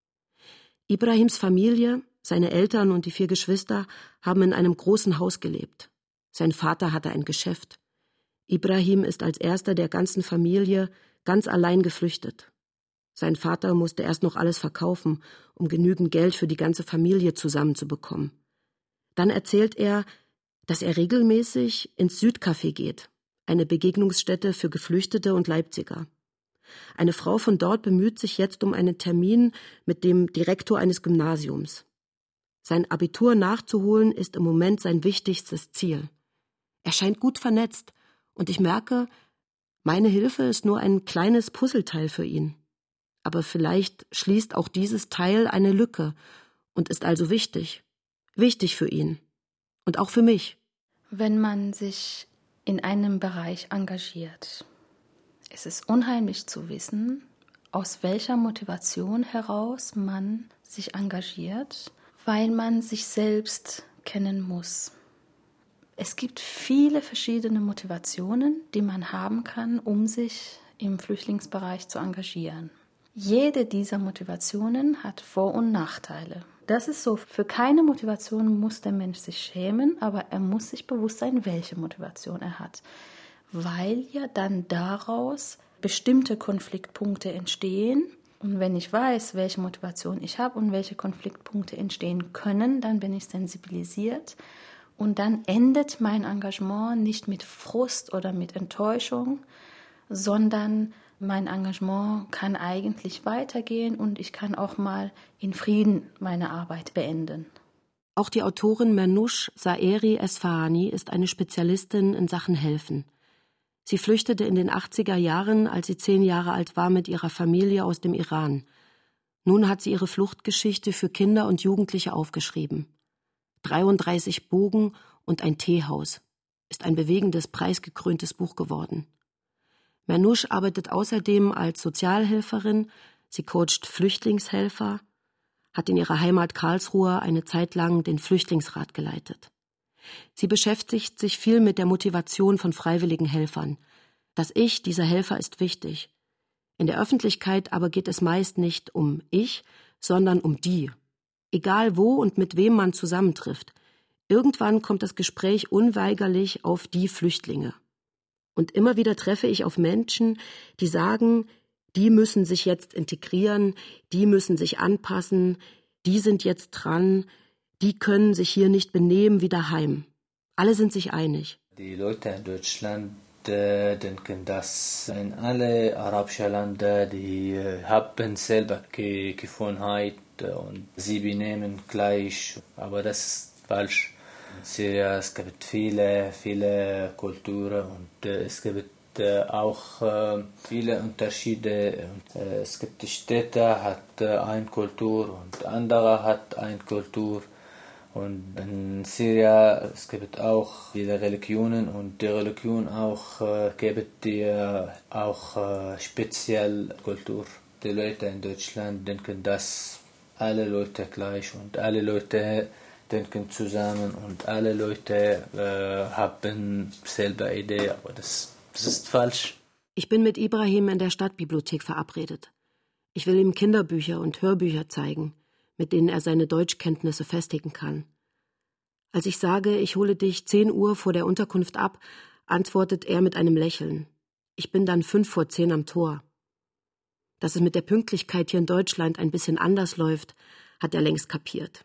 Ibrahims Familie, seine Eltern und die vier Geschwister haben in einem großen Haus gelebt. Sein Vater hatte ein Geschäft. Ibrahim ist als erster der ganzen Familie ganz allein geflüchtet. Sein Vater musste erst noch alles verkaufen, um genügend Geld für die ganze Familie zusammenzubekommen. Dann erzählt er, dass er regelmäßig ins Südcafé geht, eine Begegnungsstätte für Geflüchtete und Leipziger. Eine Frau von dort bemüht sich jetzt um einen Termin mit dem Direktor eines Gymnasiums. Sein Abitur nachzuholen ist im Moment sein wichtigstes Ziel. Er scheint gut vernetzt und ich merke, meine Hilfe ist nur ein kleines Puzzleteil für ihn. Aber vielleicht schließt auch dieses Teil eine Lücke und ist also wichtig. Wichtig für ihn. Und auch für mich. Wenn man sich in einem Bereich engagiert, ist es unheimlich zu wissen, aus welcher Motivation heraus man sich engagiert, weil man sich selbst kennen muss. Es gibt viele verschiedene Motivationen, die man haben kann, um sich im Flüchtlingsbereich zu engagieren. Jede dieser Motivationen hat Vor- und Nachteile. Das ist so, für keine Motivation muss der Mensch sich schämen, aber er muss sich bewusst sein, welche Motivation er hat. Weil ja dann daraus bestimmte Konfliktpunkte entstehen. Und wenn ich weiß, welche Motivation ich habe und welche Konfliktpunkte entstehen können, dann bin ich sensibilisiert. Und dann endet mein Engagement nicht mit Frust oder mit Enttäuschung, sondern mein Engagement kann eigentlich weitergehen und ich kann auch mal in Frieden meine Arbeit beenden. Auch die Autorin Manoush Zaeri Esfahani ist eine Spezialistin in Sachen Helfen. Sie flüchtete in den achtziger Jahren, als sie zehn Jahre alt war, mit ihrer Familie aus dem Iran. Nun hat sie ihre Fluchtgeschichte für Kinder und Jugendliche aufgeschrieben. dreiunddreißig Bogen und ein Teehaus ist ein bewegendes, preisgekröntes Buch geworden. Manoush arbeitet außerdem als Sozialhelferin, sie coacht Flüchtlingshelfer, hat in ihrer Heimat Karlsruhe eine Zeit lang den Flüchtlingsrat geleitet. Sie beschäftigt sich viel mit der Motivation von freiwilligen Helfern. Das Ich dieser Helfer ist wichtig. In der Öffentlichkeit aber geht es meist nicht um Ich, sondern um die. Egal wo und mit wem man zusammentrifft, irgendwann kommt das Gespräch unweigerlich auf die Flüchtlinge. Und immer wieder treffe ich auf Menschen, die sagen, die müssen sich jetzt integrieren, die müssen sich anpassen, die sind jetzt dran, die können sich hier nicht benehmen wie daheim. Alle sind sich einig. Die Leute in Deutschland äh, denken, dass in alle arabischen Länder, die äh, haben selber Ge- Gewohnheit äh, und sie benehmen gleich, aber das ist falsch. In Syrien es gibt viele, viele Kulturen und äh, es gibt äh, auch äh, viele Unterschiede. Äh, es gibt Städte, hat äh, eine Kultur und andere hat eine Kultur. Und in Syrien es gibt auch viele Religionen und die Religion auch äh, gibt die äh, auch äh, speziell Kultur. Die Leute in Deutschland denken, dass alle Leute gleich und alle Leute denken zusammen und alle Leute äh, haben selber Idee, aber das, das ist falsch. Ich bin mit Ibrahim in der Stadtbibliothek verabredet. Ich will ihm Kinderbücher und Hörbücher zeigen, mit denen er seine Deutschkenntnisse festigen kann. Als ich sage, ich hole dich zehn Uhr vor der Unterkunft ab, antwortet er mit einem Lächeln. Ich bin dann fünf vor zehn am Tor. Dass es mit der Pünktlichkeit hier in Deutschland ein bisschen anders läuft, hat er längst kapiert.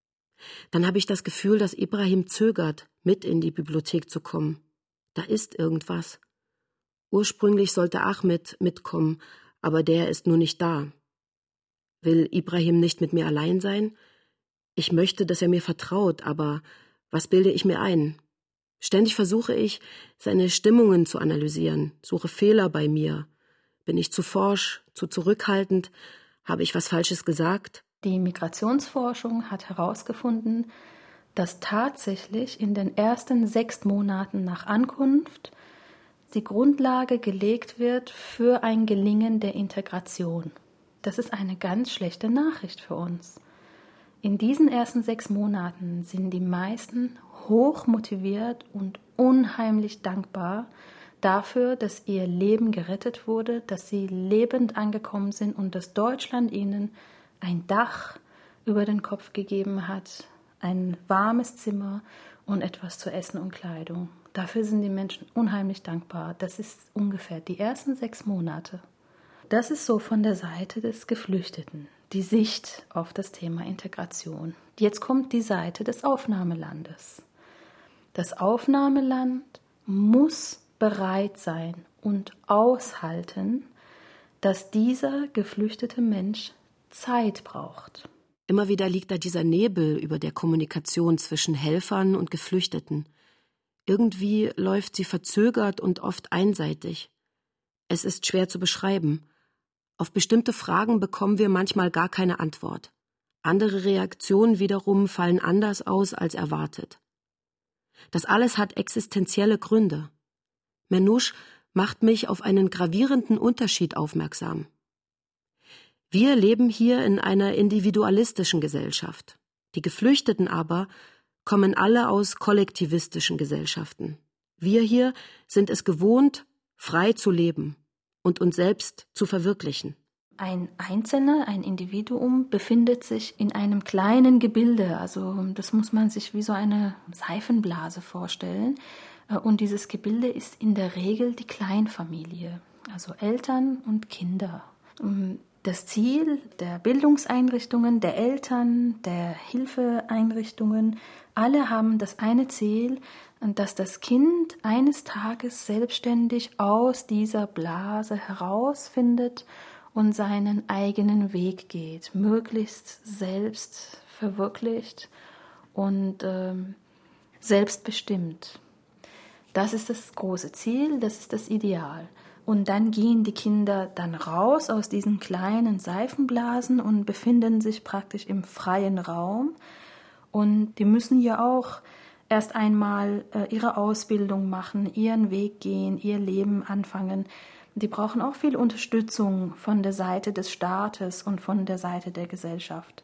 Dann habe ich das Gefühl, dass Ibrahim zögert, mit in die Bibliothek zu kommen. Da ist irgendwas. Ursprünglich sollte Ahmed mitkommen, aber der ist nur nicht da. Will Ibrahim nicht mit mir allein sein? Ich möchte, dass er mir vertraut, aber was bilde ich mir ein? Ständig versuche ich, seine Stimmungen zu analysieren, suche Fehler bei mir. Bin ich zu forsch, zu zurückhaltend? Habe ich was Falsches gesagt? Die Migrationsforschung hat herausgefunden, dass tatsächlich in den ersten sechs Monaten nach Ankunft die Grundlage gelegt wird für ein Gelingen der Integration. Das ist eine ganz schlechte Nachricht für uns. In diesen ersten sechs Monaten sind die meisten hoch motiviert und unheimlich dankbar dafür, dass ihr Leben gerettet wurde, dass sie lebend angekommen sind und dass Deutschland ihnen ein Dach über den Kopf gegeben hat, ein warmes Zimmer und etwas zu essen und Kleidung. Dafür sind die Menschen unheimlich dankbar. Das ist ungefähr die ersten sechs Monate. Das ist so von der Seite des Geflüchteten, die Sicht auf das Thema Integration. Jetzt kommt die Seite des Aufnahmelandes. Das Aufnahmeland muss bereit sein und aushalten, dass dieser geflüchtete Mensch Zeit braucht. Immer wieder liegt da dieser Nebel über der Kommunikation zwischen Helfern und Geflüchteten. Irgendwie läuft sie verzögert und oft einseitig. Es ist schwer zu beschreiben. Auf bestimmte Fragen bekommen wir manchmal gar keine Antwort. Andere Reaktionen wiederum fallen anders aus als erwartet. Das alles hat existenzielle Gründe. Manoush macht mich auf einen gravierenden Unterschied aufmerksam. Wir leben hier in einer individualistischen Gesellschaft. Die Geflüchteten aber kommen alle aus kollektivistischen Gesellschaften. Wir hier sind es gewohnt, frei zu leben und uns selbst zu verwirklichen. Ein Einzelner, ein Individuum befindet sich in einem kleinen Gebilde. Also das muss man sich wie so eine Seifenblase vorstellen. Und dieses Gebilde ist in der Regel die Kleinfamilie, also Eltern und Kinder. Das Ziel der Bildungseinrichtungen, der Eltern, der Hilfeeinrichtungen, alle haben das eine Ziel, dass das Kind eines Tages selbstständig aus dieser Blase herausfindet und seinen eigenen Weg geht, möglichst selbst verwirklicht und äh, selbstbestimmt. Das ist das große Ziel, das ist das Ideal. Und dann gehen die Kinder dann raus aus diesen kleinen Seifenblasen und befinden sich praktisch im freien Raum. Und die müssen ja auch erst einmal äh, ihre Ausbildung machen, ihren Weg gehen, ihr Leben anfangen. Die brauchen auch viel Unterstützung von der Seite des Staates und von der Seite der Gesellschaft.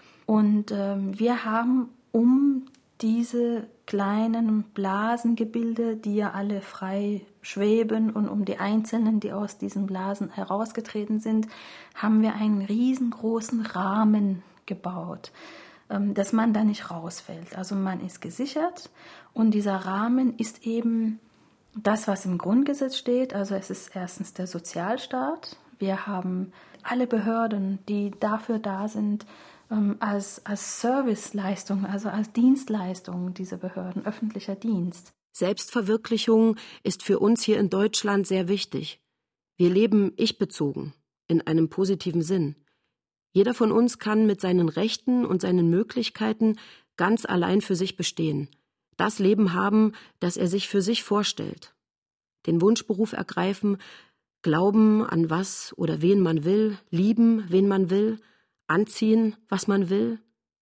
Und ähm, wir haben um diese kleinen Blasengebilde, die ja alle frei schweben, und um die Einzelnen, die aus diesen Blasen herausgetreten sind, haben wir einen riesengroßen Rahmen gebaut, ähm, dass man da nicht rausfällt. Also man ist gesichert und dieser Rahmen ist eben das, was im Grundgesetz steht. Also es ist erstens der Sozialstaat. Wir haben alle Behörden, die dafür da sind, ähm, als, als Serviceleistung, also als Dienstleistung dieser Behörden, öffentlicher Dienst. Selbstverwirklichung ist für uns hier in Deutschland sehr wichtig. Wir leben ich-bezogen, in einem positiven Sinn. Jeder von uns kann mit seinen Rechten und seinen Möglichkeiten ganz allein für sich bestehen. Das Leben haben, das er sich für sich vorstellt. Den Wunschberuf ergreifen, glauben an was oder wen man will, lieben, wen man will, anziehen, was man will.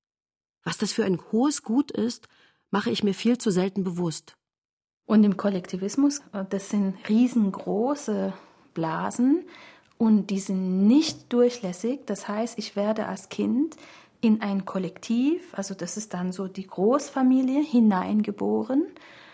Was das für ein hohes Gut ist, mache ich mir viel zu selten bewusst. Und im Kollektivismus, das sind riesengroße Blasen und die sind nicht durchlässig. Das heißt, ich werde als Kind in ein Kollektiv, also das ist dann so die Großfamilie, hineingeboren.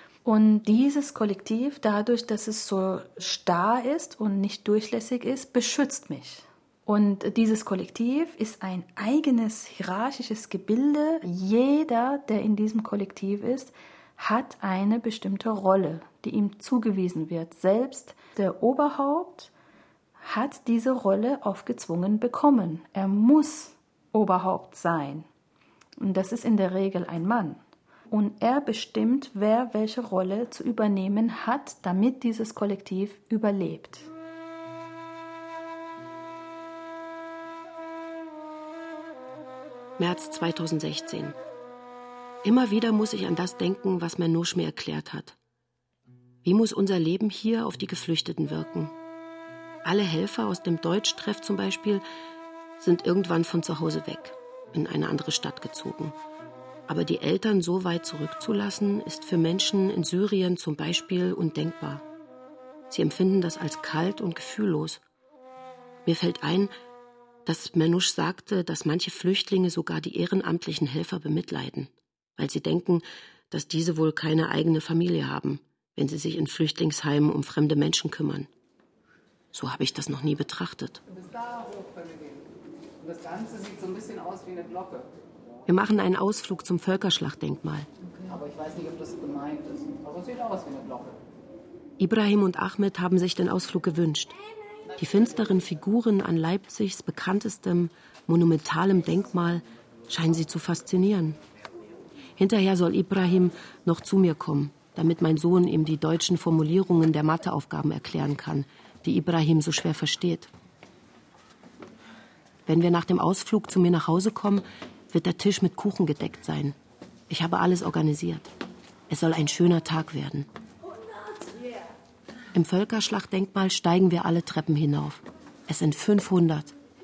Und dieses Kollektiv, dadurch, dass es so starr ist und nicht durchlässig ist, beschützt mich. Und dieses Kollektiv ist ein eigenes hierarchisches Gebilde. Jeder, der in diesem Kollektiv ist, hat eine bestimmte Rolle, die ihm zugewiesen wird. Selbst der Oberhaupt hat diese Rolle aufgezwungen bekommen. Er muss Oberhaupt sein. Und das ist in der Regel ein Mann. Und er bestimmt, wer welche Rolle zu übernehmen hat, damit dieses Kollektiv überlebt. März zweitausendsechzehn. Immer wieder muss ich an das denken, was Manouche mir erklärt hat. Wie muss unser Leben hier auf die Geflüchteten wirken? Alle Helfer aus dem Deutschtreff zum Beispiel sind irgendwann von zu Hause weg, in eine andere Stadt gezogen. Aber die Eltern so weit zurückzulassen, ist für Menschen in Syrien zum Beispiel undenkbar. Sie empfinden das als kalt und gefühllos. Mir fällt ein, dass Manouche sagte, dass manche Flüchtlinge sogar die ehrenamtlichen Helfer bemitleiden, weil sie denken, dass diese wohl keine eigene Familie haben, wenn sie sich in Flüchtlingsheimen um fremde Menschen kümmern. So habe ich das noch nie betrachtet. Du bist da hoch können wir gehen. Und das Ganze sieht so ein bisschen aus wie eine Glocke. Wir machen einen Ausflug zum Völkerschlachtdenkmal. Okay. Aber ich weiß nicht, ob das gemeint ist. Aber es sieht aus wie eine Glocke. Ibrahim und Ahmed haben sich den Ausflug gewünscht. Die finsteren Figuren an Leipzigs bekanntestem, monumentalem Denkmal scheinen sie zu faszinieren. Hinterher soll Ibrahim noch zu mir kommen, damit mein Sohn ihm die deutschen Formulierungen der Matheaufgaben erklären kann, die Ibrahim so schwer versteht. Wenn wir nach dem Ausflug zu mir nach Hause kommen, wird der Tisch mit Kuchen gedeckt sein. Ich habe alles organisiert. Es soll ein schöner Tag werden. Im Völkerschlachtdenkmal steigen wir alle Treppen hinauf. Es sind fünfhundert.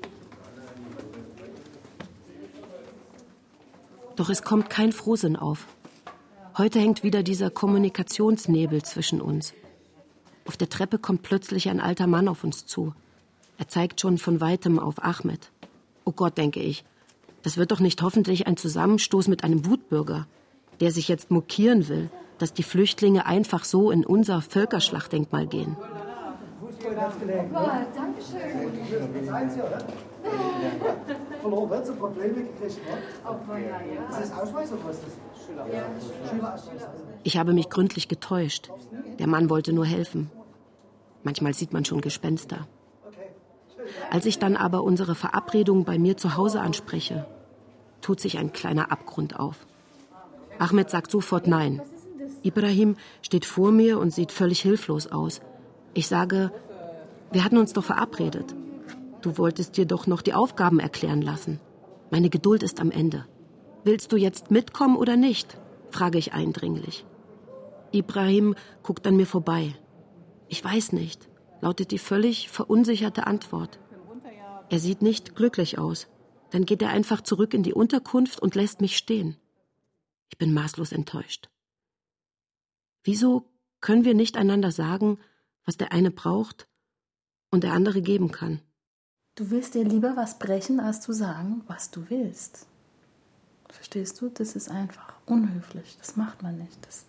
Doch es kommt kein Frohsinn auf. Heute hängt wieder dieser Kommunikationsnebel zwischen uns. Auf der Treppe kommt plötzlich ein alter Mann auf uns zu. Er zeigt schon von Weitem auf Ahmed. Oh Gott, denke ich, das wird doch nicht hoffentlich ein Zusammenstoß mit einem Wutbürger, der sich jetzt mokieren will, dass die Flüchtlinge einfach so in unser Völkerschlachtdenkmal gehen. Schön hat's gelegen. Oh, danke schön. Seid ihr, oder? Verloren wird, so Probleme gekriegt, ne? Oh, ja, ja. Ist das Ausweis oder was ist das? Schüler. Ja. Schülerausweis. Ich habe mich gründlich getäuscht. Der Mann wollte nur helfen. Manchmal sieht man schon Gespenster. Als ich dann aber unsere Verabredung bei mir zu Hause anspreche, tut sich ein kleiner Abgrund auf. Ahmed sagt sofort nein. Ibrahim steht vor mir und sieht völlig hilflos aus. Ich sage, wir hatten uns doch verabredet. Du wolltest dir doch noch die Aufgaben erklären lassen. Meine Geduld ist am Ende. Willst du jetzt mitkommen oder nicht? Frage ich eindringlich. Ibrahim guckt an mir vorbei. Ich weiß nicht, lautet die völlig verunsicherte Antwort. Er sieht nicht glücklich aus. Dann geht er einfach zurück in die Unterkunft und lässt mich stehen. Ich bin maßlos enttäuscht. Wieso können wir nicht einander sagen, was der eine braucht und der andere geben kann? Du willst dir lieber was brechen, als zu sagen, was du willst. Verstehst du? Das ist einfach unhöflich. Das macht man nicht. Das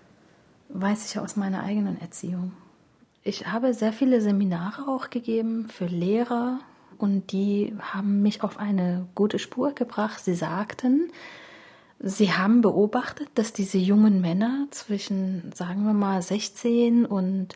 weiß ich aus meiner eigenen Erziehung. Ich habe sehr viele Seminare auch gegeben für Lehrer und die haben mich auf eine gute Spur gebracht. Sie sagten, sie haben beobachtet, dass diese jungen Männer zwischen, sagen wir mal, sechzehn und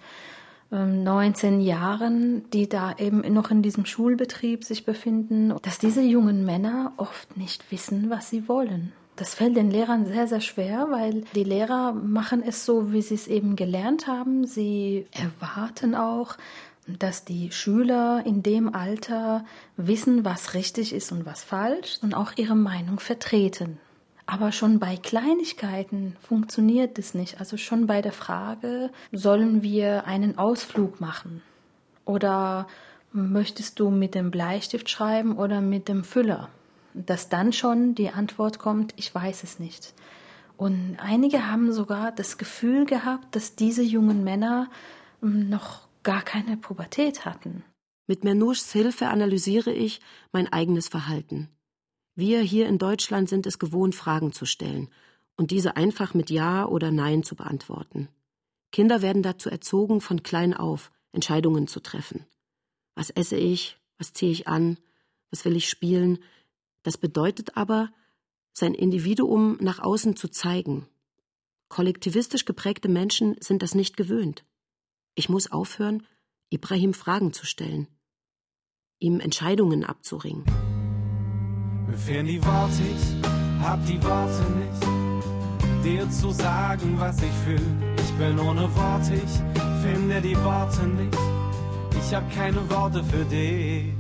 neunzehn Jahren, die da eben noch in diesem Schulbetrieb sich befinden, dass diese jungen Männer oft nicht wissen, was sie wollen. Das fällt den Lehrern sehr, sehr schwer, weil die Lehrer machen es so, wie sie es eben gelernt haben. Sie erwarten auch, dass die Schüler in dem Alter wissen, was richtig ist und was falsch und auch ihre Meinung vertreten. Aber schon bei Kleinigkeiten funktioniert es nicht. Also schon bei der Frage, sollen wir einen Ausflug machen? Oder möchtest du mit dem Bleistift schreiben oder mit dem Füller? Dass dann schon die Antwort kommt, ich weiß es nicht. Und einige haben sogar das Gefühl gehabt, dass diese jungen Männer noch gar keine Pubertät hatten. Mit Mernouchs Hilfe analysiere ich mein eigenes Verhalten. Wir hier in Deutschland sind es gewohnt, Fragen zu stellen und diese einfach mit Ja oder Nein zu beantworten. Kinder werden dazu erzogen, von klein auf Entscheidungen zu treffen. Was esse ich? Was ziehe ich an? Was will ich spielen? Das bedeutet aber, sein Individuum nach außen zu zeigen. Kollektivistisch geprägte Menschen sind das nicht gewöhnt. Ich muss aufhören, Ibrahim Fragen zu stellen, ihm Entscheidungen abzuringen. Mir fehlen die Worte, ich hab die Worte nicht, dir zu sagen, was ich fühle. Ich bin ohne Worte, ich finde die Worte nicht. Ich hab keine Worte für dich.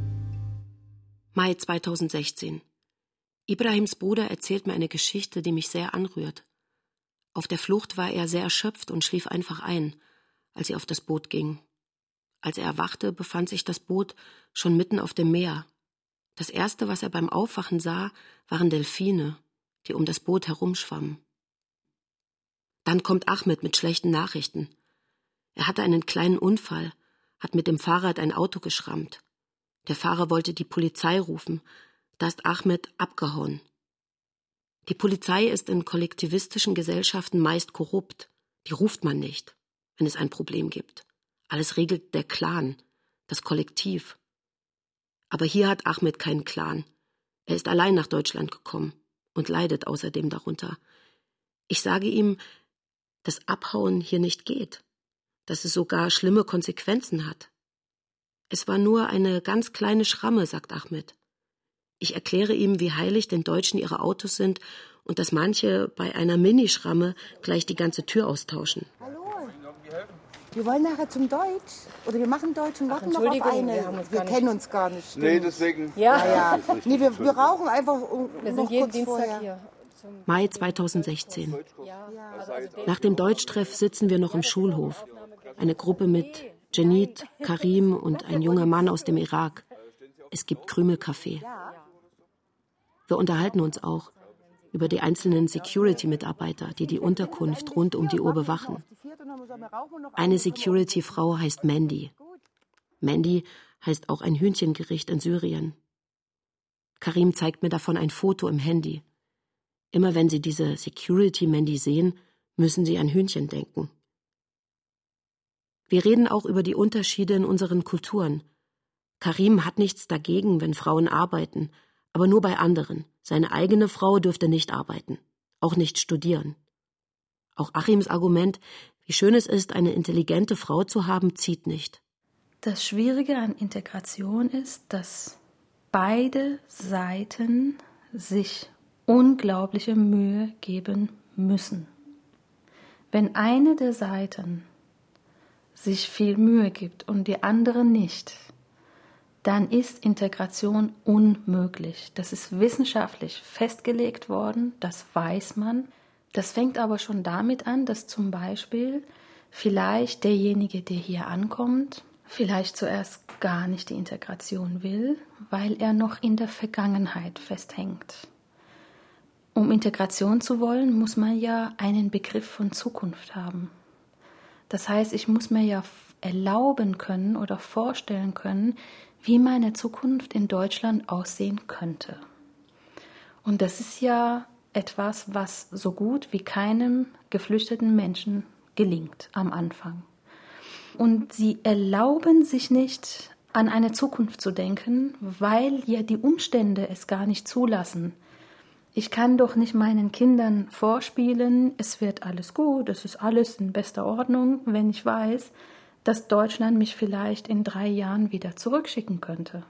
Mai zweitausendsechzehn. Ibrahims Bruder erzählt mir eine Geschichte, die mich sehr anrührt. Auf der Flucht war er sehr erschöpft und schlief einfach ein, als sie auf das Boot ging. Als er erwachte, befand sich das Boot schon mitten auf dem Meer. Das Erste, was er beim Aufwachen sah, waren Delfine, die um das Boot herumschwammen. Dann kommt Ahmed mit schlechten Nachrichten. Er hatte einen kleinen Unfall, hat mit dem Fahrrad ein Auto geschrammt. Der Fahrer wollte die Polizei rufen, da ist Ahmed abgehauen. Die Polizei ist in kollektivistischen Gesellschaften meist korrupt. Die ruft man nicht, wenn es ein Problem gibt. Alles regelt der Clan, das Kollektiv. Aber hier hat Ahmed keinen Clan. Er ist allein nach Deutschland gekommen und leidet außerdem darunter. Ich sage ihm, dass Abhauen hier nicht geht, dass es sogar schlimme Konsequenzen hat. Es war nur eine ganz kleine Schramme, sagt Ahmed. Ich erkläre ihm, wie heilig den Deutschen ihre Autos sind und dass manche bei einer Minischramme gleich die ganze Tür austauschen. Hallo, wir wollen nachher zum Deutsch. Oder wir machen Deutsch und warten noch auf eine. Wir, haben uns wir gar kennen uns gar nicht. Stimmt. Nee, deswegen. Ja, ja. ja. Nee, wir, wir rauchen einfach um, wir noch sind jeden kurz Dienstag vorher. hier. Mai zweitausendsechzehn. Ja, Nach dem Deutschtreff sitzen wir noch im Schulhof. Eine Gruppe mit Janit, Karim und ein junger Mann aus dem Irak. Es gibt Krümelkaffee. Wir unterhalten uns auch über die einzelnen Security-Mitarbeiter, die die Unterkunft rund um die Uhr bewachen. Eine Security-Frau heißt Mandy. Mandy heißt auch ein Hühnchengericht in Syrien. Karim zeigt mir davon ein Foto im Handy. Immer wenn Sie diese Security-Mandy sehen, müssen Sie an Hühnchen denken. Wir reden auch über die Unterschiede in unseren Kulturen. Karim hat nichts dagegen, wenn Frauen arbeiten, aber nur bei anderen. Seine eigene Frau dürfte nicht arbeiten, auch nicht studieren. Auch Achims Argument, wie schön es ist, eine intelligente Frau zu haben, zieht nicht. Das Schwierige an Integration ist, dass beide Seiten sich unglaubliche Mühe geben müssen. Wenn eine der Seiten sich viel Mühe gibt und die andere nicht, dann ist Integration unmöglich. Das ist wissenschaftlich festgelegt worden, das weiß man. Das fängt aber schon damit an, dass zum Beispiel vielleicht derjenige, der hier ankommt, vielleicht zuerst gar nicht die Integration will, weil er noch in der Vergangenheit festhängt. Um Integration zu wollen, muss man ja einen Begriff von Zukunft haben. Das heißt, ich muss mir ja erlauben können oder vorstellen können, wie meine Zukunft in Deutschland aussehen könnte. Und das ist ja etwas, was so gut wie keinem geflüchteten Menschen gelingt am Anfang. Und sie erlauben sich nicht, an eine Zukunft zu denken, weil ja die Umstände es gar nicht zulassen. Ich kann doch nicht meinen Kindern vorspielen, es wird alles gut, es ist alles in bester Ordnung, wenn ich weiß, dass Deutschland mich vielleicht in drei Jahren wieder zurückschicken könnte.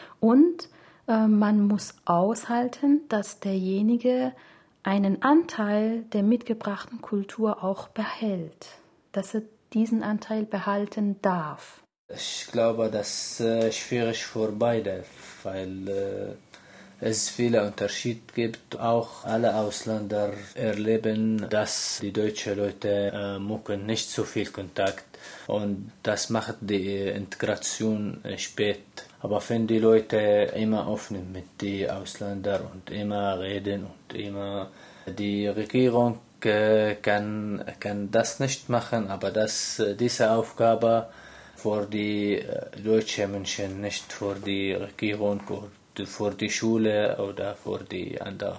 Und äh, man muss aushalten, dass derjenige einen Anteil der mitgebrachten Kultur auch behält, dass er diesen Anteil behalten darf. Ich glaube, das ist äh, schwierig für beide, weil äh, es viele Unterschiede gibt. Auch alle Ausländer erleben, dass die deutschen Leute äh, mögen nicht so viel Kontakt und das macht die Integration äh, spät. Aber wenn die Leute immer offen mit den Ausländern und immer reden und immer die Regierung äh, kann, kann das nicht machen, aber das, äh, diese Aufgabe für die äh, deutschen Menschen, nicht für die Regierung oder für die Schule oder für die anderen.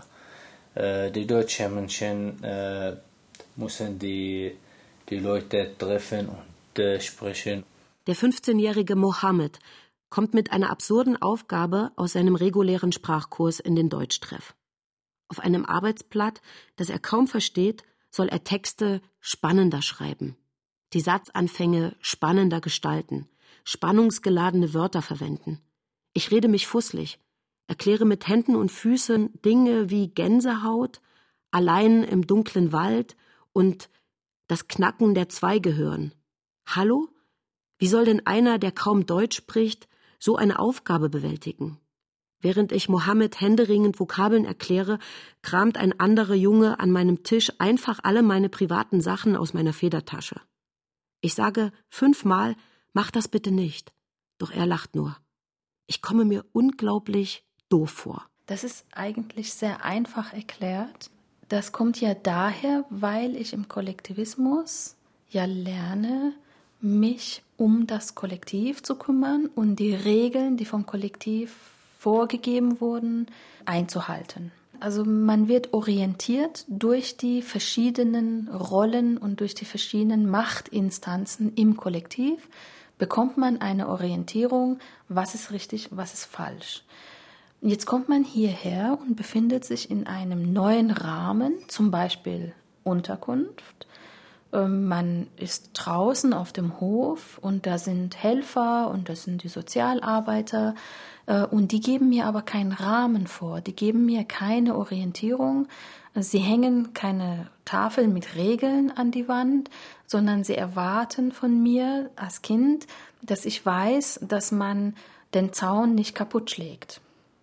Äh, die deutschen Menschen äh, müssen die, die Leute treffen und äh, sprechen. Der fünfzehnjährige Mohammed kommt mit einer absurden Aufgabe aus seinem regulären Sprachkurs in den Deutschtreff. Auf einem Arbeitsblatt, das er kaum versteht, soll er Texte spannender schreiben, die Satzanfänge spannender gestalten, spannungsgeladene Wörter verwenden. Ich rede mich fusselig, erkläre mit Händen und Füßen Dinge wie Gänsehaut, allein im dunklen Wald und das Knacken der Zweige hören. Hallo? Wie soll denn einer, der kaum Deutsch spricht, so eine Aufgabe bewältigen? Während ich Mohammed händeringend Vokabeln erkläre, kramt ein anderer Junge an meinem Tisch einfach alle meine privaten Sachen aus meiner Federtasche. Ich sage fünfmal, mach das bitte nicht. Doch er lacht nur. Ich komme mir unglaublich doof vor. Das ist eigentlich sehr einfach erklärt. Das kommt ja daher, weil ich im Kollektivismus ja lerne, mich um das Kollektiv zu kümmern und die Regeln, die vom Kollektiv vorgegeben wurden, einzuhalten. Also man wird orientiert durch die verschiedenen Rollen und durch die verschiedenen Machtinstanzen im Kollektiv, bekommt man eine Orientierung, was ist richtig, was ist falsch. Jetzt kommt man hierher und befindet sich in einem neuen Rahmen, zum Beispiel Unterkunft. Man ist draußen auf dem Hof und da sind Helfer und das sind die Sozialarbeiter und die geben mir aber keinen Rahmen vor, die geben mir keine Orientierung. Sie hängen keine Tafel mit Regeln an die Wand, sondern sie erwarten von mir als Kind, dass ich weiß, dass man den Zaun nicht kaputt schlägt.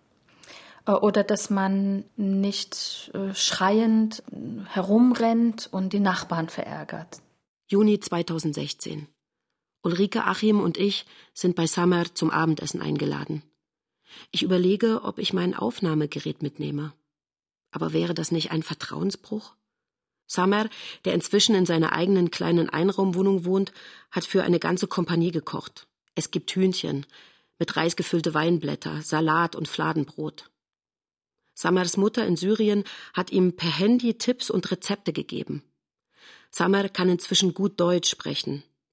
Oder dass man nicht äh, schreiend herumrennt und die Nachbarn verärgert. Juni zweitausendsechzehn. Ulrike, Achim und ich sind bei Samer zum Abendessen eingeladen. Ich überlege, ob ich mein Aufnahmegerät mitnehme. Aber wäre das nicht ein Vertrauensbruch? Samer, der inzwischen in seiner eigenen kleinen Einraumwohnung wohnt, hat für eine ganze Kompanie gekocht. Es gibt Hühnchen, mit Reis gefüllte Weinblätter, Salat und Fladenbrot. Samers Mutter in Syrien hat ihm per Handy Tipps und Rezepte gegeben. Samer kann inzwischen gut Deutsch sprechen.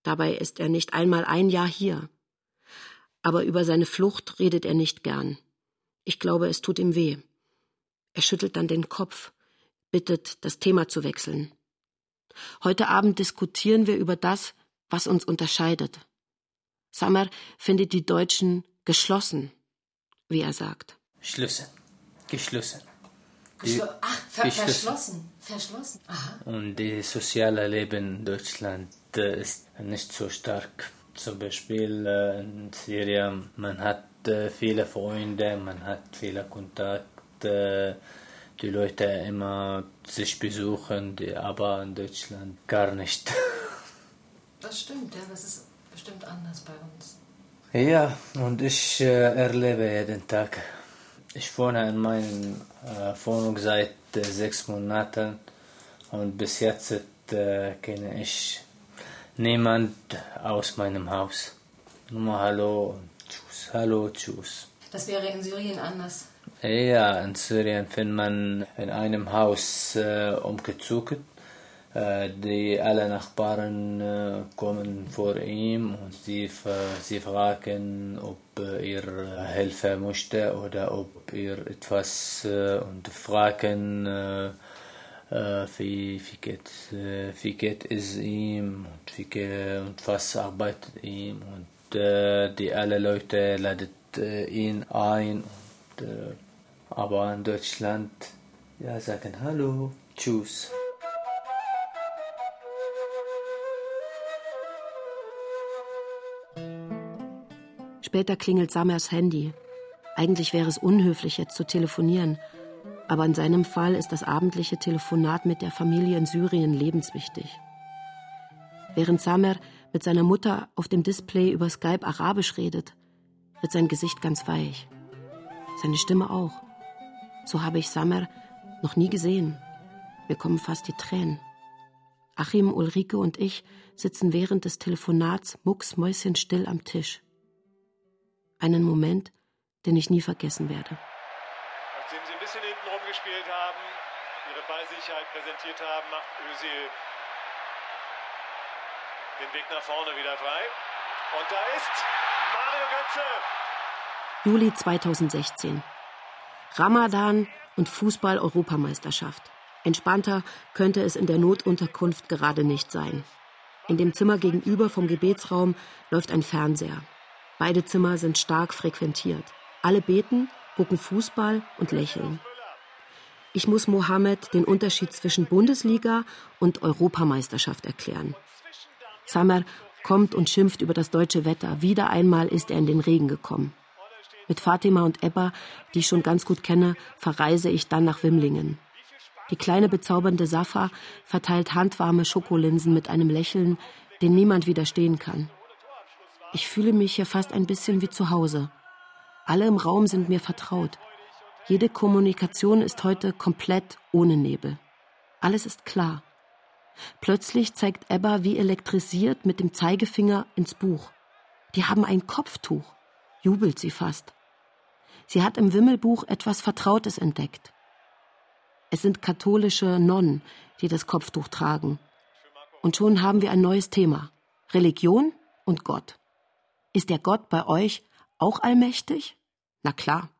Dabei ist er nicht einmal ein Jahr hier. Aber über seine Flucht redet er nicht gern. Ich glaube, es tut ihm weh. Er schüttelt dann den Kopf, bittet, das Thema zu wechseln. Heute Abend diskutieren wir über das, was uns unterscheidet. Samer findet die Deutschen geschlossen, wie er sagt. Geschlossen. Geschlossen. Geschlo- Ach, ver- verschlossen. Verschlossen. Aha. Und das soziale Leben in Deutschland äh, ist nicht so stark. Zum Beispiel äh, in Syrien, man hat äh, viele Freunde, man hat viele Kontakte, die Leute immer sich besuchen, die, aber in Deutschland gar nicht. Das stimmt, ja, das ist bestimmt anders bei uns. Ja, und ich äh, erlebe jeden Tag. Ich wohne in meiner äh, Wohnung seit äh, sechs Monaten und bis jetzt äh, kenne ich niemand aus meinem Haus. Nur Hallo und Tschüss, Hallo, Tschüss. Das wäre in Syrien anders. Ja, in Syrien, wenn man in einem Haus äh, umgezogen, äh, die alle Nachbarn äh, kommen vor ihm und sie, sie fragen, ob äh, er helfen möchte oder ob er etwas äh, und fragen, äh, äh, wie, wie, geht, äh, wie geht es ihm und, wie geht, und was arbeitet ihm und äh, die alle Leute laden äh, ihn ein. Und, äh, aber in Deutschland, ja, sagen Hallo, Tschüss. Später klingelt Samers Handy. Eigentlich wäre es unhöflich, jetzt zu telefonieren. Aber in seinem Fall ist das abendliche Telefonat mit der Familie in Syrien lebenswichtig. Während Samer mit seiner Mutter auf dem Display über Skype Arabisch redet, wird sein Gesicht ganz weich. Seine Stimme auch. So habe ich Samer noch nie gesehen. Mir kommen fast die Tränen. Achim, Ulrike und ich sitzen während des Telefonats mucksmäuschenstill am Tisch. Einen Moment, den ich nie vergessen werde. Nachdem sie ein bisschen hinten rumgespielt haben, ihre Ballsicherheit präsentiert haben, macht Özil den Weg nach vorne wieder frei. Und da ist Mario Götze. Juli zweitausendsechzehn. Ramadan und Fußball-Europameisterschaft. Entspannter könnte es in der Notunterkunft gerade nicht sein. In dem Zimmer gegenüber vom Gebetsraum läuft ein Fernseher. Beide Zimmer sind stark frequentiert. Alle beten, gucken Fußball und lächeln. Ich muss Mohammed den Unterschied zwischen Bundesliga und Europameisterschaft erklären. Samer kommt und schimpft über das deutsche Wetter. Wieder einmal ist er in den Regen gekommen. Mit Fatima und Ebba, die ich schon ganz gut kenne, verreise ich dann nach Wimlingen. Die kleine bezaubernde Safa verteilt handwarme Schokolinsen mit einem Lächeln, dem niemand widerstehen kann. Ich fühle mich hier fast ein bisschen wie zu Hause. Alle im Raum sind mir vertraut. Jede Kommunikation ist heute komplett ohne Nebel. Alles ist klar. Plötzlich zeigt Ebba wie elektrisiert mit dem Zeigefinger ins Buch. Die haben ein Kopftuch, jubelt sie fast. Sie hat im Wimmelbuch etwas Vertrautes entdeckt. Es sind katholische Nonnen, die das Kopftuch tragen. Und schon haben wir ein neues Thema. Religion und Gott. Ist der Gott bei euch auch allmächtig? Na klar.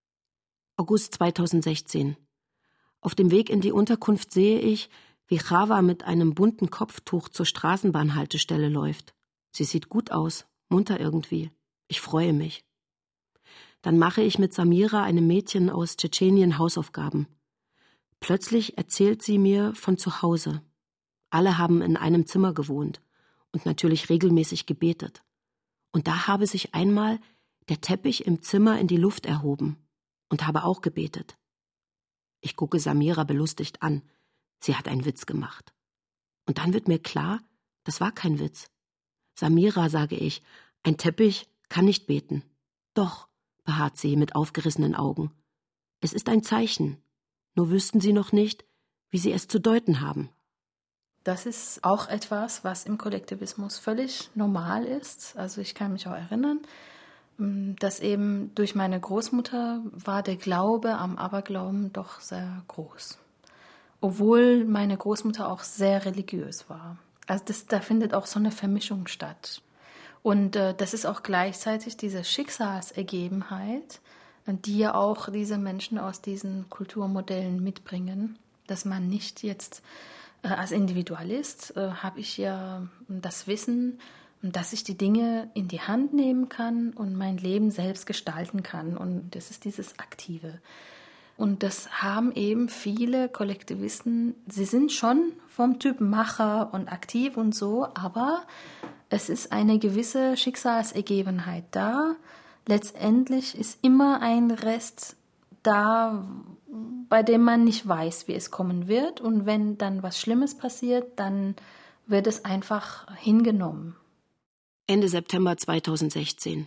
August zweitausendsechzehn. Auf dem Weg in die Unterkunft sehe ich, wie Chava mit einem bunten Kopftuch zur Straßenbahnhaltestelle läuft. Sie sieht gut aus, munter irgendwie. Ich freue mich. Dann mache ich mit Samira, einem Mädchen aus Tschetschenien, Hausaufgaben. Plötzlich erzählt sie mir von zu Hause. Alle haben in einem Zimmer gewohnt und natürlich regelmäßig gebetet. Und da habe sich einmal der Teppich im Zimmer in die Luft erhoben und habe auch gebetet. Ich gucke Samira belustigt an. Sie hat einen Witz gemacht. Und dann wird mir klar, das war kein Witz. Samira, sage ich, ein Teppich kann nicht beten. Doch, beharrt sie mit aufgerissenen Augen. Es ist ein Zeichen. Nur wüssten sie noch nicht, wie sie es zu deuten haben. Das ist auch etwas, was im Kollektivismus völlig normal ist. Also ich kann mich auch erinnern, dass eben durch meine Großmutter war der Glaube am Aberglauben doch sehr groß. Obwohl meine Großmutter auch sehr religiös war. Also das, da findet auch so eine Vermischung statt. Und äh, das ist auch gleichzeitig diese Schicksalsergebenheit, die ja auch diese Menschen aus diesen Kulturmodellen mitbringen, dass man nicht jetzt äh, als Individualist äh, habe ich ja das Wissen, dass ich die Dinge in die Hand nehmen kann und mein Leben selbst gestalten kann. Und das ist dieses Aktive. Und das haben eben viele Kollektivisten, sie sind schon vom Typ Macher und aktiv und so, aber es ist eine gewisse Schicksalsergebenheit da. Letztendlich ist immer ein Rest da, bei dem man nicht weiß, wie es kommen wird. Und wenn dann was Schlimmes passiert, dann wird es einfach hingenommen. Ende September zweitausendsechzehn.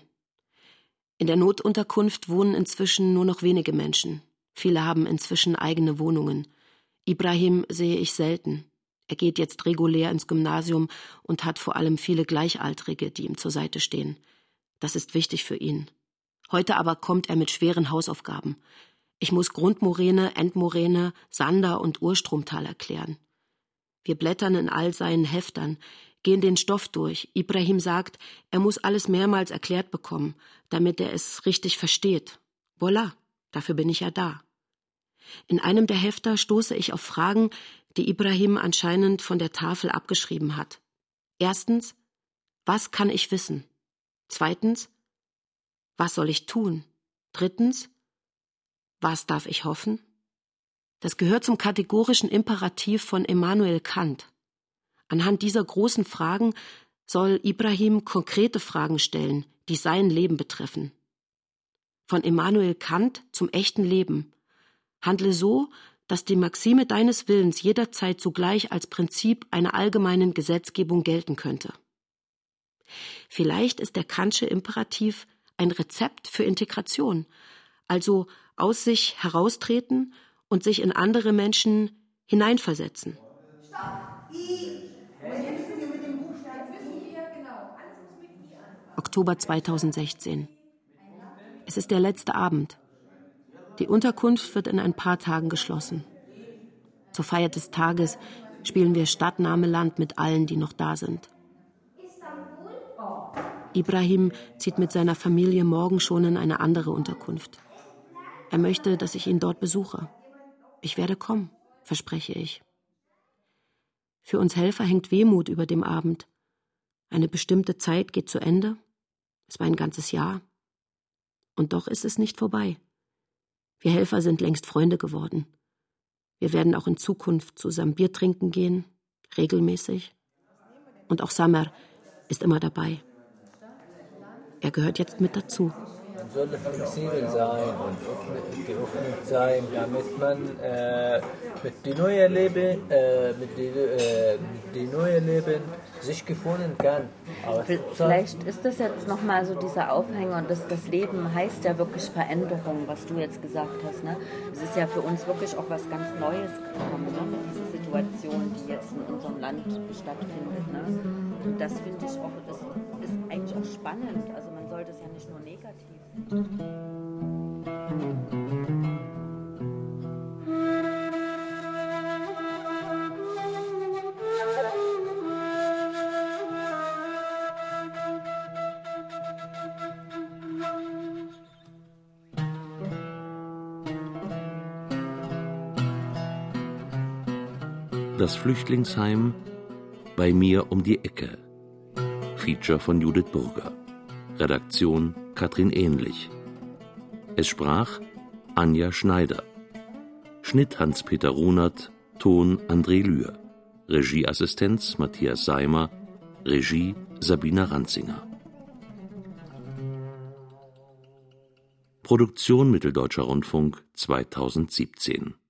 In der Notunterkunft wohnen inzwischen nur noch wenige Menschen. Viele haben inzwischen eigene Wohnungen. Ibrahim sehe ich selten. Er geht jetzt regulär ins Gymnasium und hat vor allem viele Gleichaltrige, die ihm zur Seite stehen. Das ist wichtig für ihn. Heute aber kommt er mit schweren Hausaufgaben. Ich muss Grundmoräne, Endmoräne, Sander und Urstromtal erklären. Wir blättern in all seinen Heftern, gehen den Stoff durch. Ibrahim sagt, er muss alles mehrmals erklärt bekommen, damit er es richtig versteht. Voilà, dafür bin ich ja da. In einem der Hefter stoße ich auf Fragen, die Ibrahim anscheinend von der Tafel abgeschrieben hat. Erstens, was kann ich wissen? Zweitens, was soll ich tun? Drittens, was darf ich hoffen? Das gehört zum kategorischen Imperativ von Immanuel Kant. Anhand dieser großen Fragen soll Ibrahim konkrete Fragen stellen, die sein Leben betreffen. Von Immanuel Kant zum echten Leben. Handle so, dass die Maxime deines Willens jederzeit zugleich als Prinzip einer allgemeinen Gesetzgebung gelten könnte. Vielleicht ist der Kantsche Imperativ ein Rezept für Integration, also aus sich heraustreten und sich in andere Menschen hineinversetzen. Oktober zweitausendsechzehn. Es ist der letzte Abend. Die Unterkunft wird in ein paar Tagen geschlossen. Zur Feier des Tages spielen wir Stadtnameland mit allen, die noch da sind. Ibrahim zieht mit seiner Familie morgen schon in eine andere Unterkunft. Er möchte, dass ich ihn dort besuche. Ich werde kommen, verspreche ich. Für uns Helfer hängt Wehmut über dem Abend. Eine bestimmte Zeit geht zu Ende. Es war ein ganzes Jahr. Und doch ist es nicht vorbei. Wir Helfer sind längst Freunde geworden. Wir werden auch in Zukunft zusammen Bier trinken gehen, regelmäßig. Und auch Samer ist immer dabei. Er gehört jetzt mit dazu. Man sollte flexibel sein und geöffnet sein, damit man äh, mit dem neuen Leben, äh, mit dem äh, mit neuen Leben sich gefunden kann. Aber vielleicht ist das jetzt nochmal so dieser Aufhänger und das, das Leben heißt ja wirklich Veränderung, was du jetzt gesagt hast. Ne? Es ist ja für uns wirklich auch was ganz Neues gekommen, ne? Mit dieser Situation, die jetzt in unserem Land stattfindet. Ne? Und das finde ich auch, das ist eigentlich auch spannend. Also man sollte es ja nicht nur negativ sehen. Das Flüchtlingsheim bei mir um die Ecke. Feature von Judith Burger. Redaktion Katrin Ähnlich. Es sprach Anja Schneider. Schnitt Hans-Peter Runert. Ton André Lühr. Regieassistenz Matthias Seimer. Regie Sabina Ranzinger. Produktion Mitteldeutscher Rundfunk zweitausendsiebzehn.